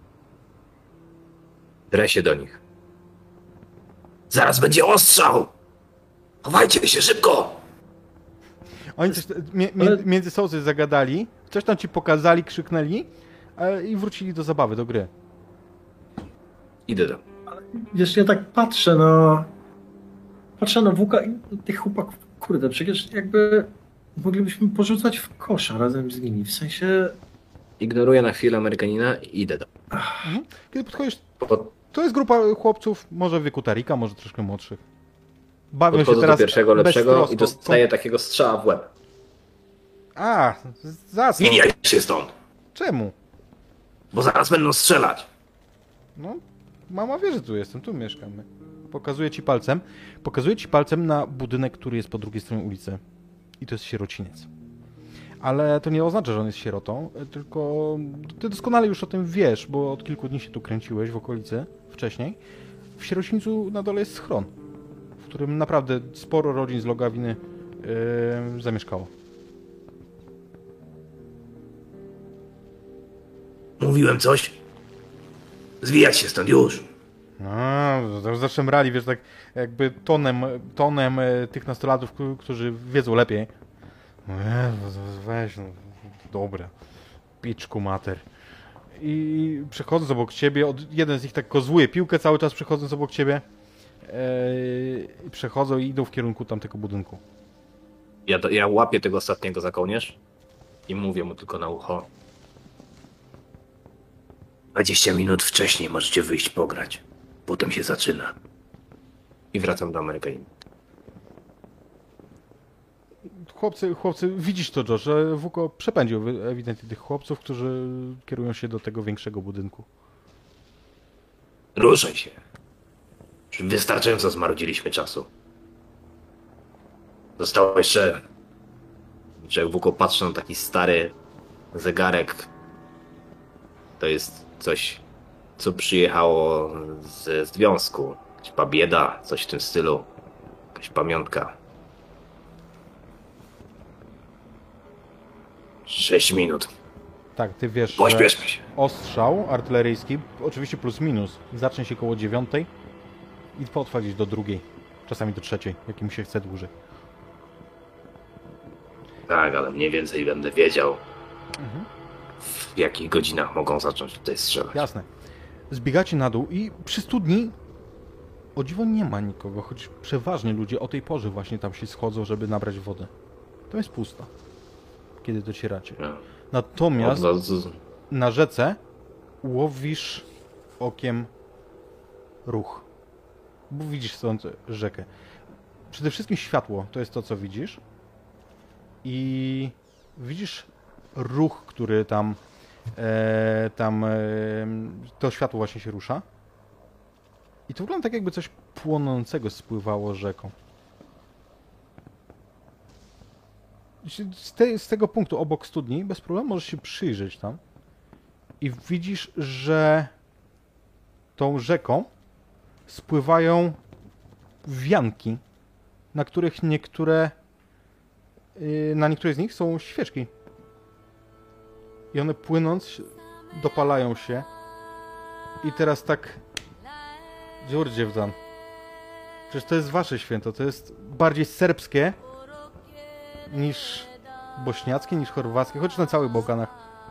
Drę się do nich. Zaraz będzie ostrzał! Chowajcie się szybko! Oni coś, mie, mie, Ale- między sobą coś zagadali, coś tam ci pokazali, krzyknęli e, i wrócili do zabawy, do gry. Idę do. Wiesz, ja tak patrzę na patrzę na Wuka i tych chłopaków, kurde, przecież jakby moglibyśmy porzucać w kosza razem z nimi, w sensie Ignoruję na chwilę Amerykanina i idę do. Mhm. Kiedy podchodzisz, Pod, to jest grupa chłopców, może w wieku Tarika, może troszkę młodszych. Bawią się podchodzę teraz do pierwszego lepszego beztrosko. i dostaję takiego strzała w łeb. A, za co? Zwijaj się stąd! Czemu? Bo zaraz będą strzelać! No, mama wie, że tu jestem, tu mieszkamy. Pokazuję ci palcem. Pokazuję ci palcem na budynek, który jest po drugiej stronie ulicy. I to jest sierociniec. Ale to nie oznacza, że on jest sierotą, tylko ty doskonale już o tym wiesz, bo od kilku dni się tu kręciłeś w okolicy wcześniej. W sierocińcu na dole jest schron, w którym naprawdę sporo rodzin z Logawiny yy, zamieszkało. Mówiłem coś? Zwijać się stąd już. No, to już zaszemrali, wiesz, tak jakby tonem, tonem e, tych nastolatów, k- którzy wiedzą lepiej. No Jezu, weź, no, dobra, piczku mater. I przechodząc obok ciebie, od, jeden z nich tak kozłuje piłkę cały czas przechodząc obok ciebie. E, i przechodzą i idą w kierunku tamtego budynku. Ja, do, ja łapię tego ostatniego za kołnierz i mówię mu tylko na ucho. dwadzieścia minut wcześniej możecie wyjść pograć. Potem się zaczyna. I wracam do Amerykanina. Chłopcy, chłopcy, widzisz to, Josh, że Wuko przepędził wy- ewidentnie tych chłopców, którzy kierują się do tego większego budynku. Ruszaj się. Już wystarczająco zmarudziliśmy czasu. Zostało jeszcze... że jak Wuko patrzy na taki stary zegarek, to jest coś, co przyjechało ze związku. Jakaś pabieda, coś w tym stylu. Jakaś pamiątka. Sześć minut. Tak, ty wiesz, że Pośpieszmy się. ostrzał artyleryjski, oczywiście plus minus, zacznie się koło dziewiątej i potrwa gdzieś do drugiej, czasami do trzeciej, jak im się chce dłużej. Tak, ale mniej więcej będę wiedział, w jakich godzinach mogą zacząć tutaj strzelać. Jasne. Zbiegacie na dół i przy studni o dziwo nie ma nikogo, choć przeważnie ludzie o tej porze właśnie tam się schodzą, żeby nabrać wody. To jest pusto, kiedy docieracie. No. Natomiast Od razu- na rzece łowisz okiem ruch. Bo widzisz stąd rzekę. Przede wszystkim światło, to jest to, co widzisz. I widzisz ruch, który tam, e, tam e, to światło właśnie się rusza. I to wygląda tak, jakby coś płonącego spływało rzeką. Z, te, z tego punktu obok studni bez problemu możesz się przyjrzeć tam i widzisz, że tą rzeką spływają wianki, na których niektóre yy, na niektórych z nich są świeczki i one płynąc dopalają się i teraz tak Dziurdziewdan, przecież to jest wasze święto, to jest bardziej serbskie niż bośniackie, niż chorwackie, choć na całych Bałkanach.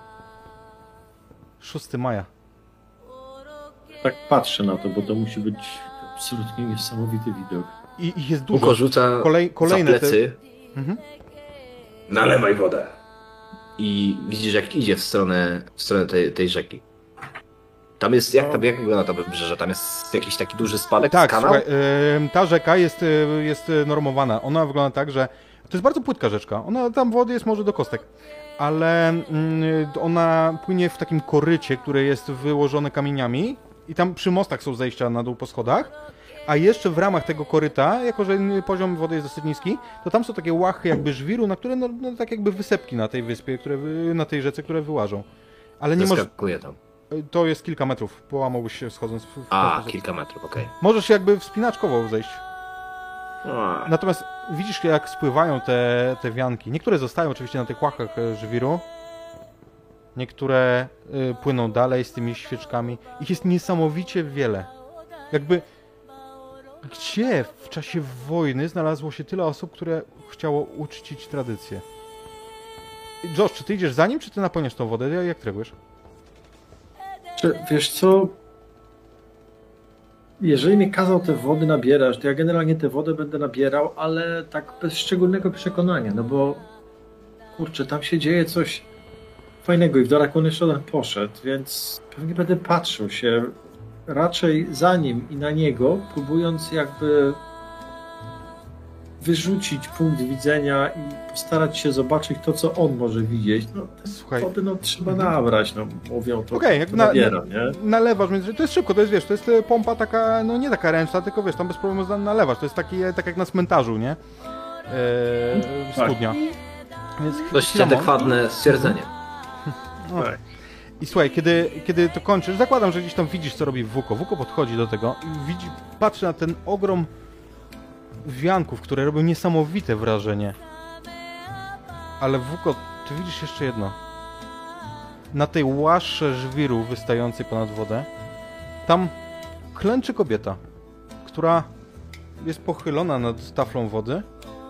szóstego maja. Tak patrzę na to, bo to musi być absolutnie niesamowity widok. I, i jest dużo. Wuko rzuca Kolej, kolejne za plecy. Te... Mhm. Nalewaj wodę. I widzisz, jak idzie w stronę, w stronę tej, tej rzeki. Tam jest, jak, tam, jak wygląda to wybrzeże? Tam jest jakiś taki duży spadek, Tak, kanał? słuchaj, y, ta rzeka jest, y, jest normowana. Ona wygląda tak, że to jest bardzo płytka rzeczka. Ona tam wody jest może do kostek, ale y, ona płynie w takim korycie, które jest wyłożone kamieniami i tam przy mostach są zejścia na dół po schodach, a jeszcze w ramach tego koryta, jako że poziom wody jest dosyć niski, to tam są takie łachy jakby żwiru, na które no, no tak jakby wysepki na tej wyspie, które wy, na tej rzece, które wyłażą. Ale nie możesz... Zaskakuje tam. To jest kilka metrów, połamałbyś się schodząc w, w A, sposób. kilka metrów, okej. Możesz jakby wspinaczkowo zejść. Okay. Natomiast widzisz, jak spływają te, te wianki. Niektóre zostają oczywiście na tych łachach e, żwiru. Niektóre y, płyną dalej z tymi świeczkami. Ich jest niesamowicie wiele. Jakby gdzie w czasie wojny znalazło się tyle osób, które chciało uczcić tradycję? Josh, czy ty idziesz za nim, czy ty napełniasz tą wodę? Jak reagujesz? Czy, wiesz co? Jeżeli mnie kazał te wody nabierać, to ja generalnie tę wodę będę nabierał, ale tak bez szczególnego przekonania, no bo kurczę, tam się dzieje coś fajnego i w Dorakon jeszcze tam poszedł, więc pewnie będę patrzył się raczej za nim i na niego, próbując jakby wyrzucić punkt widzenia i postarać się zobaczyć to, co on może widzieć. No, te Słuchaj. wody no, trzeba nabrać, no mówią to, Okej, to jak na, nabieram, nie? nalewasz, między- to jest szybko, to jest, wiesz, to jest e, pompa taka, no nie taka ręczna, tylko wiesz, tam bez problemu zna- nalewasz, to jest taki, e, tak jak na cmentarzu, nie? Eee, Tak. studnia. Więc Dość chwila, moment. adekwatne stwierdzenie. No. Tak. I słuchaj, kiedy, kiedy to kończysz, zakładam, że gdzieś tam widzisz, co robi Wuko. Wuko podchodzi do tego i widzi, patrzy na ten ogrom wianków, które robią niesamowite wrażenie. Ale Wuko, ty widzisz jeszcze jedno. na tej łasze żwiru wystającej ponad wodę, tam klęczy kobieta, która jest pochylona nad taflą wody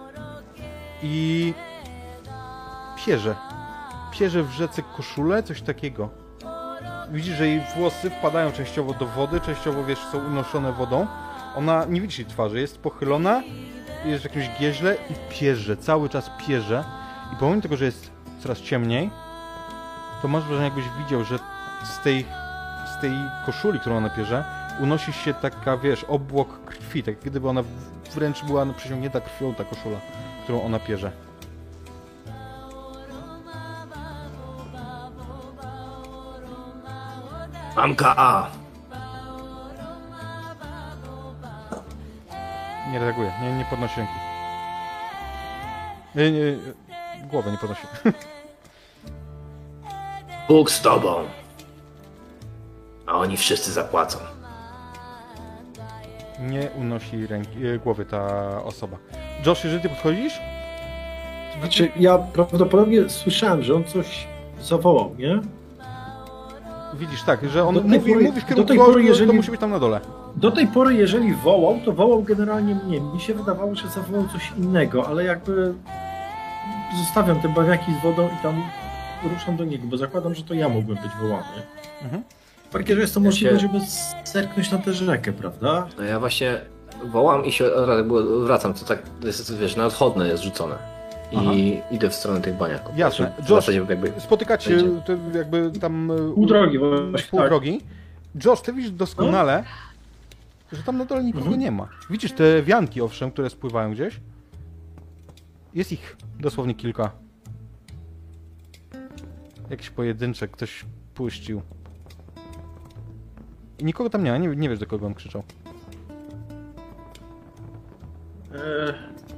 i pierze. Pierze w rzece koszulę, coś takiego. Widzisz, że jej włosy wpadają częściowo do wody, częściowo, wiesz, są unoszone wodą. Ona, nie widzisz jej twarzy, jest pochylona, jest w jakimś gieźle i pierze, cały czas pierze. I pomimo tego, że jest coraz ciemniej, to masz wrażenie, jakbyś widział, że z tej, z tej koszuli, którą ona pierze, unosi się taka, wiesz, obłok krwi, tak gdyby ona wręcz była przesiągnięta krwią, ta koszula, którą ona pierze. Mamka A! Nie reaguje, nie, nie podnosi ręki. Nie, nie, głowę nie podnosi. Bóg z tobą. A oni wszyscy zapłacą. Nie unosi ręki, e, głowy ta osoba. Josh, jeżeli ty podchodzisz? Znaczy, ja prawdopodobnie słyszałem, że on coś zawołał, nie? Widzisz, tak, że on Do tej mówi, pory- mówi w do kierunku tej kogoś, pory, kto- jeżeli- kto musi być tam na dole. Do tej pory, jeżeli wołał, to wołał generalnie mnie. Mi się wydawało, że zawołał coś innego, ale jakby zostawiam te baniaki z wodą i tam ruszam do niego, bo zakładam, że to ja mógłbym być wołany. Mhm. Takie, że jest to Ja możliwe, się- żeby zerknąć na tę rzekę, prawda? No ja właśnie wołam i się wracam, to tak jest, wiesz, na odchodne jest rzucone. I idę w stronę tych baniaków. Jasne. Znaczy, w Josh, zasadzie jakby... Spotykacie Będzie. to jakby tam... e, Pół drogi, u- właśnie, pół tak. drogi. Josh, ty widzisz doskonale, że tam na dole nikogo Mhm. nie ma. Widzisz te wianki, owszem, które spływają gdzieś. Jest ich dosłownie kilka. Jakiś pojedyncze, ktoś puścił. I nikogo tam nie ma, nie, nie wiesz, do kogo on krzyczał. Eee,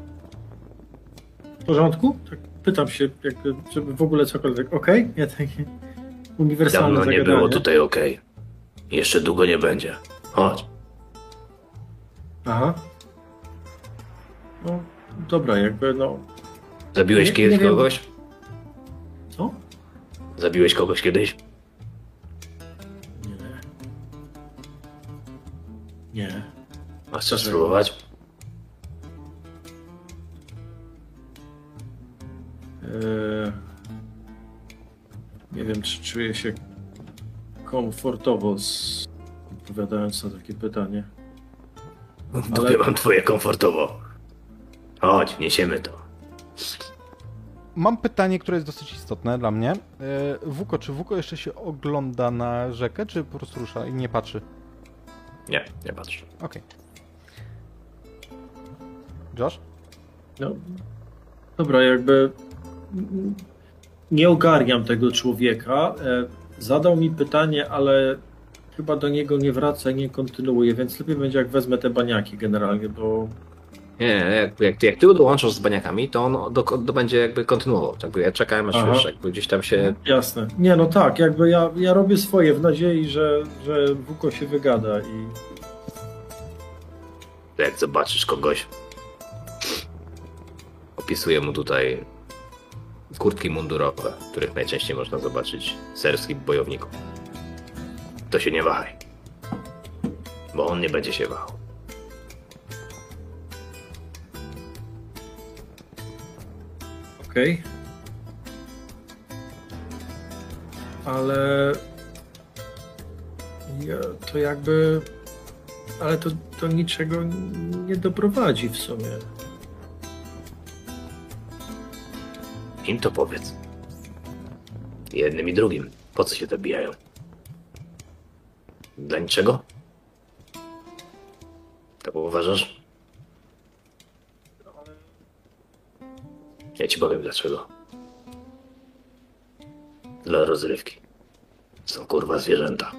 w porządku? Tak pytam się, jakby, żeby w ogóle cokolwiek. Okej? Nie takie uniwersalne Dawno nie zagadanie. było tutaj okej. Jeszcze długo nie będzie. Chodź. Aha. No, dobra, jakby no... Zabiłeś Nie- kiedyś nie wiem. kogoś? Co? Zabiłeś kogoś kiedyś? Nie. Nie. A chcesz spróbować? Eee, nie wiem, czy czuję się komfortowo z... odpowiadając na takie pytanie. W dupie Ale- mam twoje komfortowo. Chodź, niesiemy to. Mam pytanie, które jest dosyć istotne dla mnie. E, Wuko, czy Wuko jeszcze się ogląda na rzekę, czy po prostu rusza i nie patrzy? Nie, nie patrz. Okej. Josh? No, dobra, jakby mm, nie ogarniam tego człowieka. E, Zadał mi pytanie, ale chyba do niego nie wraca i nie kontynuuje, więc lepiej będzie jak wezmę te baniaki generalnie, bo Nie, jak, jak, jak ty dołączasz z baniakami, to on do, do będzie jakby kontynuował. Jakby ja czekałem aż Aha. wiesz, jakby gdzieś tam się... jasne. Nie, no tak, jakby ja, ja robię swoje w nadziei, że, że Wuko się wygada i Jak zobaczysz kogoś, opisuję mu tutaj kurtki mundurowe, których najczęściej można zobaczyć serskich bojowników. To się nie wahaj, bo on nie będzie się wahał. okej. Ale ja, to jakby... Ale to do niczego nie doprowadzi w sumie. Im to powiedz. Jednym i drugim. Po co się dobijają? Dla niczego? Tak uważasz? Ja ci powiem dlaczego. Dla rozrywki. Są kurwa zwierzęta.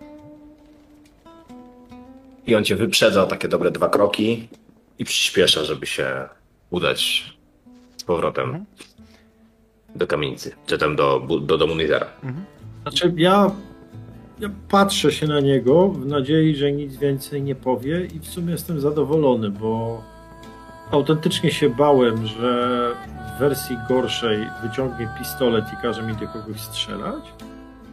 I on cię wyprzedza o takie dobre dwa kroki i przyspiesza, żeby się udać z powrotem Mhm. do kamienicy, czy tam do, bu- do domu Nizera. Znaczy, ja, ja patrzę się na niego w nadziei, że nic więcej nie powie i w sumie jestem zadowolony, bo autentycznie się bałem, że w wersji gorszej wyciągnie pistolet i każe mi do kogoś strzelać.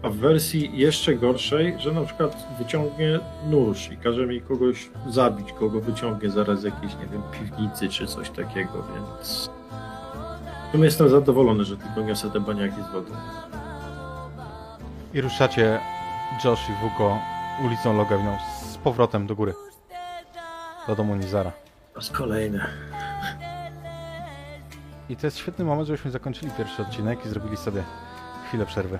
A w wersji jeszcze gorszej, że na przykład wyciągnie nóż i każe mi kogoś zabić, kogo wyciągnie zaraz z jakiejś, nie wiem, piwnicy czy coś takiego, więc w sumie jestem zadowolony, że tylko niosę te baniaki z wodą. I ruszacie Josh i Wuko ulicą Logewnią z powrotem do góry. Do domu Nizara. Po raz kolejny. I to jest świetny moment, żebyśmy zakończyli pierwszy odcinek i zrobili sobie chwilę przerwy.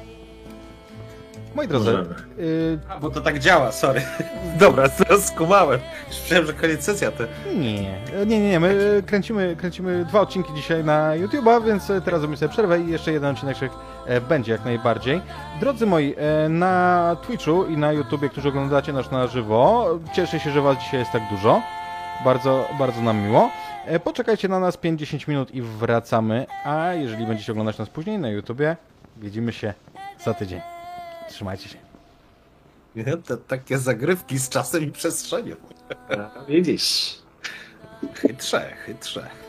Moi drodzy, y, A, bo to tak działa, sorry. Dobra, teraz skumałem. Już myślałem, że koniec sesja. To... nie, nie, nie, nie, my kręcimy, kręcimy dwa odcinki dzisiaj na YouTube'a, więc teraz zrobimy sobie przerwę i jeszcze jeden odcinek będzie jak najbardziej. Drodzy moi, na Twitchu i na YouTubie, którzy oglądacie nas na żywo, cieszę się, że was dzisiaj jest tak dużo. Bardzo, bardzo nam miło. Poczekajcie na nas pięć do dziesięciu minut i wracamy, a jeżeli będziecie oglądać nas później na YouTubie, widzimy się za tydzień. Trzymajcie się. Nie, te takie zagrywki z czasem i przestrzenią. Widzisz. Chytrze, chytrze.